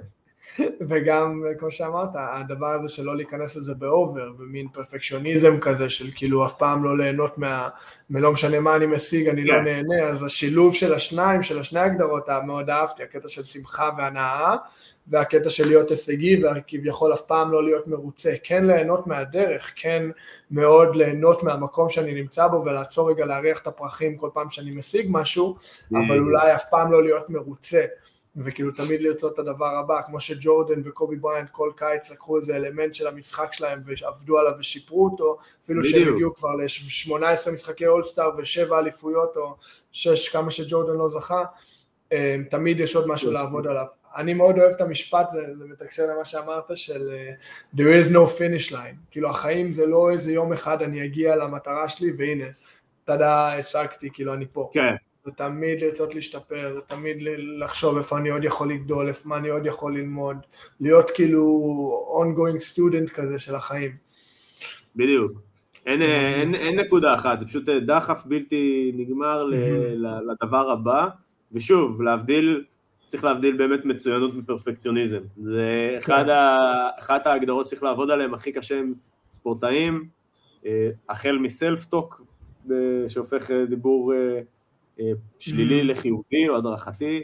וגם, כמו שאמרת, הדבר הזה שלא להיכנס לזה באובר, ומין פרפקציוניזם כזה של כאילו אף פעם לא ליהנות מה, מלא משנה מה אני משיג, אני לא נהנה, אז השילוב של השניים, של השני הגדרות, מאוד אהבתי, הקטע של שמחה והנאה, והקטע של להיות הישגי, וכביכול אף פעם לא להיות מרוצה, כן ליהנות מהדרך, כן מאוד ליהנות מהמקום שאני נמצא בו, ולעצור רגע להריח את הפרחים כל פעם שאני משיג משהו, אבל אולי אף פעם לא להיות מרוצה, וכאילו תמיד לרצות את הדבר הבא, כמו שג'ורדן וקובי בריינט כל קיץ לקחו איזה אלמנט של המשחק שלהם ועבדו עליו ושיפרו אותו, אפילו שהם הגיעו כבר ל-שמונה עשרה משחקי אולסטאר ושבע אליפויות או שש, כמה שג'ורדן לא זכה, תמיד יש עוד משהו לעבוד עליו. אני מאוד אוהב את המשפט, זה, זה מתקשר למה שאמרת של there is no finish line, כאילו החיים זה לא איזה יום אחד אני אגיע למטרה שלי והנה, תדע, השגתי, כאילו אני פה. כן. זה תמיד לרצות להשתפר, זה תמיד לחשוב איפה אני עוד יכול לגדול, איפה מה אני עוד יכול ללמוד, להיות כאילו ongoing student כזה של החיים. בדיוק. אין, אין, אין נקודה אחת, זה פשוט דחף בלתי נגמר לדבר הבא, ושוב, להבדיל, צריך להבדיל באמת מצוינות מפרפקציוניזם. זה אחד אחת ההגדרות שצריך לעבוד עליהם הכי קשה עם ספורטאים, החל מסלף-טוק, שהופך דיבור שלילי לחיובי או הדרכתי,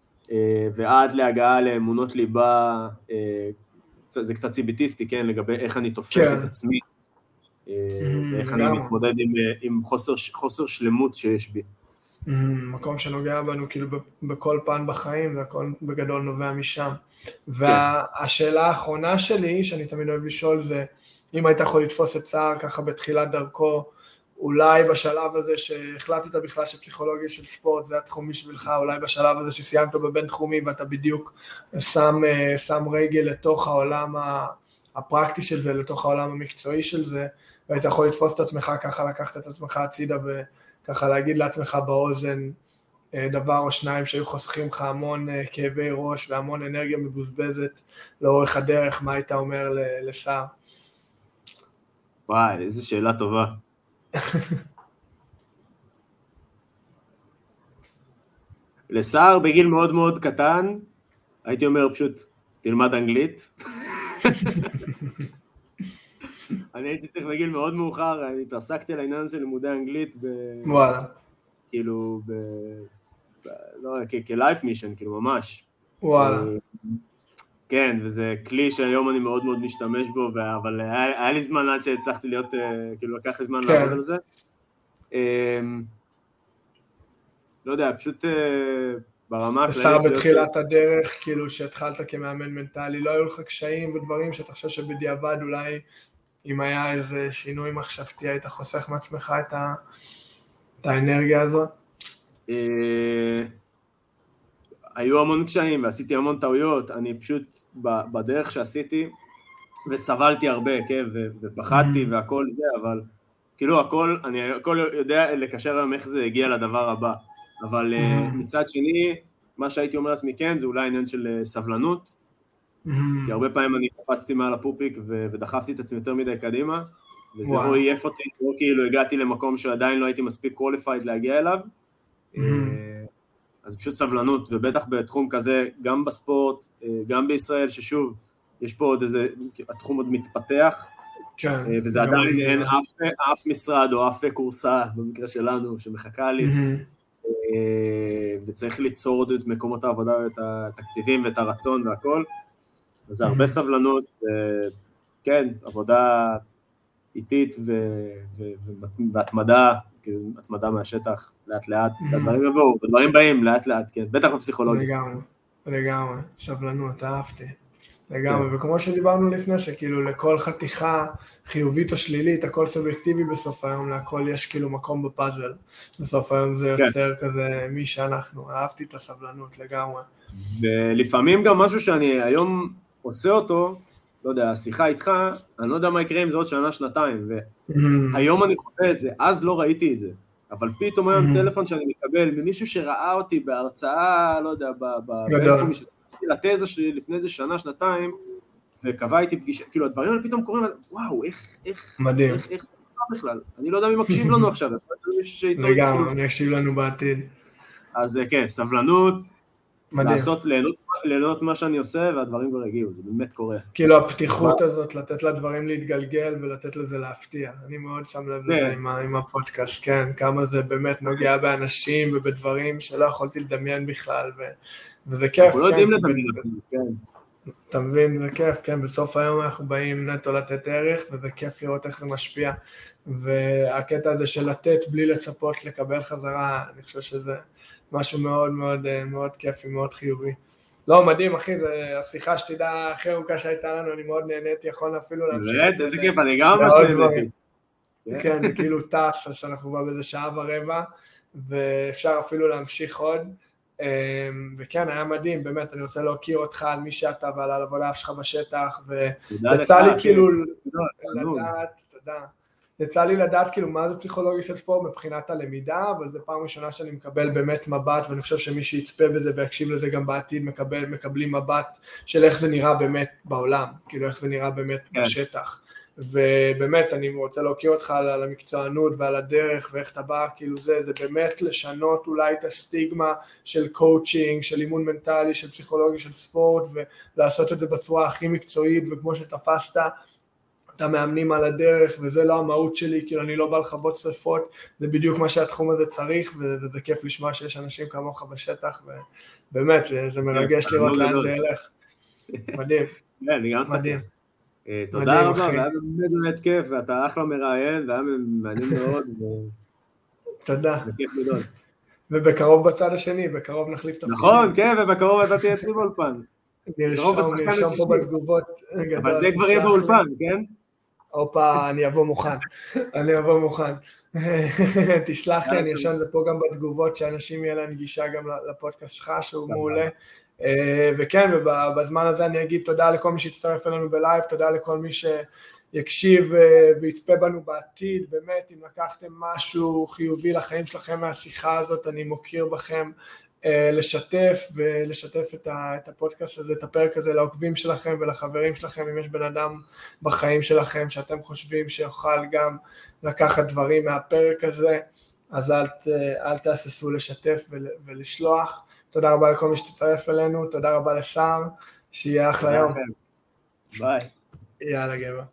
ועד להגעה לאמונות ליבה, זה קצת סיביטיסטי, כן, לגבי איך אני תופס את עצמי, ואיך אני מתמודד עם חוסר שלמות שיש בי. מקום שנוגע בנו כאילו בכל פן בחיים, והכל בגדול נובע משם. והשאלה האחרונה שלי, שאני תמיד אוהב לשאול, זה אם היית יכול לתפוס את סער ככה בתחילת דרכו, אולי בשלב הזה שהחלטת בכלל שפסיכולוגיה של ספורט זה התחום בשבילך, אולי בשלב הזה שסיימת בבין תחומי ואתה בדיוק שם, שם רגל לתוך העולם הפרקטי של זה, לתוך העולם המקצועי של זה, והיית יכול לתפוס את עצמך ככה, לקחת את עצמך הצידה וככה להגיד לעצמך באוזן דבר או שניים שהיו חוסכים לך המון כאבי ראש והמון אנרגיה מבוזבזת לאורך הדרך, מה היית אומר לסער? וואי, איזו שאלה טובה. לסער בגיל מאוד מאוד קטן, הייתי אומר פשוט תלמד אנגלית. אני הייתי צריך בגיל מאוד מאוחר, אני התעסקתי על העניין של לימודי אנגלית, וואלה. כאילו, לא, כלייף מישן, כאילו ממש. וואלה. כן, וזה כלי שהיום אני מאוד מאוד משתמש בו, אבל היה לי זמן עד שהצלחתי להיות, כאילו לקח לי זמן לעבוד על זה. לא יודע, פשוט ברמה הכללית... בסדר בתחילת הדרך, כאילו שהתחלת כמאמן מנטלי, לא היו לך קשיים ודברים שאתה חושב שבדיעבד אולי אם היה איזה שינוי מחשבתי, היית חוסך מעצמך את האנרגיה הזאת? היו המון קשיים ועשיתי המון טעויות, אני פשוט בדרך שעשיתי וסבלתי הרבה, כן, ופחדתי והכל זה, אבל כאילו הכל, אני הכל יודע לקשר היום איך זה הגיע לדבר הבא, אבל מצד שני, מה שהייתי אומר לעצמי כן, זה אולי עניין של סבלנות, כי הרבה פעמים אני קפצתי מעל הפופיק ודחפתי את עצמי יותר מדי קדימה, וזה או עייף אותי, או כאילו הגעתי למקום שעדיין לא הייתי מספיק qualified להגיע אליו, אז פשוט סבלנות, ובטח בתחום כזה, גם בספורט, גם בישראל, ששוב, יש פה עוד איזה, התחום עוד מתפתח, כן, וזה עדיין אין אף, אף משרד או אף קורסה, במקרה שלנו, שמחכה לי, וצריך ליצור עוד את מקומות העבודה, ואת התקציבים ואת הרצון והכל, אז זה הרבה סבלנות, כן, עבודה איטית והתמדה, התמדה מהשטח, לאט לאט, הדברים יבואו, הדברים באים לאט לאט, כן, בטח בפסיכולוגיה. לגמרי, לגמרי, סבלנות, אהבתי, לגמרי, וכמו שדיברנו לפני, שכאילו לכל חתיכה חיובית או שלילית, הכל סובייקטיבי בסוף היום, להכל יש כאילו מקום בפאזל, בסוף היום זה יוצר כזה מי שאנחנו, אהבתי את הסבלנות לגמרי. ולפעמים גם משהו שאני היום עושה אותו, לא יודע, השיחה איתך, אני לא יודע מה יקרה אם זה עוד שנה, שנתיים, והיום אני חווה את זה, אז לא ראיתי את זה, אבל פתאום היום טלפון שאני מקבל ממישהו שראה אותי בהרצאה, לא יודע, בבינתחומי שסיימתי לתזה שלי לפני איזה שנה, שנתיים, וקבע איתי פגישה, כאילו הדברים האלה פתאום קוראים, וואו, איך, איך, מדהים. איך, איך זה קורה בכלל? אני לא יודע מי מקשיב לנו עכשיו, לגמרי, אני אקשיב לנו בעתיד. אז כן, סבלנות, לעשות, ליהנות ליהנות מה שאני עושה, והדברים כבר הגיעו, זה באמת קורה. כאילו הפתיחות הזאת, לתת לדברים להתגלגל ולתת לזה להפתיע. אני מאוד שם לב לזה עם הפודקאסט, כן, כמה זה באמת נוגע באנשים ובדברים שלא יכולתי לדמיין בכלל, וזה כיף. אנחנו לא יודעים לדמיין, כן. אתה מבין, זה כיף, כן, בסוף היום אנחנו באים נטו לתת ערך, וזה כיף לראות איך זה משפיע, והקטע הזה של לתת בלי לצפות לקבל חזרה, אני חושב שזה משהו מאוד מאוד מאוד כיפי, מאוד חיובי. לא, מדהים, אחי, זו השיחה שתדע הכי ארוכה שהייתה לנו, אני מאוד נהניתי, יכול אפילו להמשיך. באמת, איזה כיף, אני גם ממש נהניתי. כן, זה כאילו טס, אז אנחנו כבר באיזה שעה ורבע, ואפשר אפילו להמשיך עוד. וכן, היה מדהים, באמת, אני רוצה להוקיר אותך על מי שאתה ועל העבודה שלך בשטח, ויצא לי כאילו לדעת, תודה, יצא לי לדעת כאילו מה זה פסיכולוגיה של ספורט מבחינת הלמידה, אבל זו פעם ראשונה שאני מקבל באמת מבט, ואני חושב שמי שיצפה בזה ויקשיב לזה גם בעתיד, מקבל, מקבלים מבט של איך זה נראה באמת בעולם, כאילו איך זה נראה באמת בשטח. ובאמת אני רוצה להוקיר אותך על המקצוענות ועל הדרך ואיך אתה בא, כאילו זה, זה באמת לשנות אולי את הסטיגמה של קואוצ'ינג, של אימון מנטלי, של פסיכולוגיה של ספורט, ולעשות את זה בצורה הכי מקצועית, וכמו שתפסת, אתה מאמנים על הדרך, וזה לא המהות שלי, כאילו אני לא בא לכבות שריפות, זה בדיוק מה שהתחום הזה צריך, וזה כיף לשמוע שיש אנשים כמוך בשטח, ובאמת, זה מרגש לראות לאן זה ילך. מדהים. מדהים. תודה רבה, והיה באמת באמת כיף, ואתה אחלה מראיין, והיה מעניין מאוד. תודה. וכיף גדול. ובקרוב בצד השני, בקרוב נחליף תפקידים. נכון, כן, ובקרוב אתה תהיה אצלי באולפן. נרשום פה בתגובות. אבל זה כבר יהיה באולפן, כן? אופה, אני אבוא מוכן. אני אבוא מוכן. תשלח לי, אני ארשום את זה פה גם בתגובות, שאנשים יהיה להם גישה גם לפודקאסט שלך, שהוא מעולה. וכן, ובזמן הזה אני אגיד תודה לכל מי שהצטרף אלינו בלייב, תודה לכל מי שיקשיב ויצפה בנו בעתיד, באמת, אם לקחתם משהו חיובי לחיים שלכם מהשיחה הזאת, אני מוקיר בכם לשתף ולשתף את הפודקאסט הזה, את הפרק הזה לעוקבים שלכם ולחברים שלכם, אם יש בן אדם בחיים שלכם שאתם חושבים שיוכל גם לקחת דברים מהפרק הזה, אז אל, אל תעשו לשתף ולשלוח. תודה רבה לכל מי שתצטרף אלינו, תודה רבה לסער, שיהיה אחלה יום. ביי. יאללה גבע.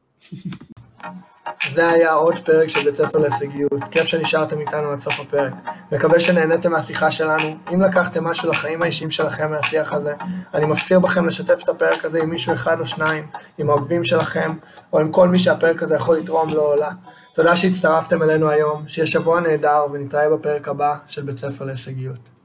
זה היה עוד פרק של בית ספר להישגיות, כיף שנשארתם איתנו עד סוף הפרק. מקווה שנהניתם מהשיחה שלנו, אם לקחתם משהו לחיים האישיים שלכם מהשיח הזה, אני מפציר בכם לשתף את הפרק הזה עם מישהו אחד או שניים, עם העוקבים שלכם, או עם כל מי שהפרק הזה יכול לתרום לו או לה. תודה שהצטרפתם אלינו היום, שיהיה שבוע נהדר ונתראה בפרק הבא של בית ספר להישגיות.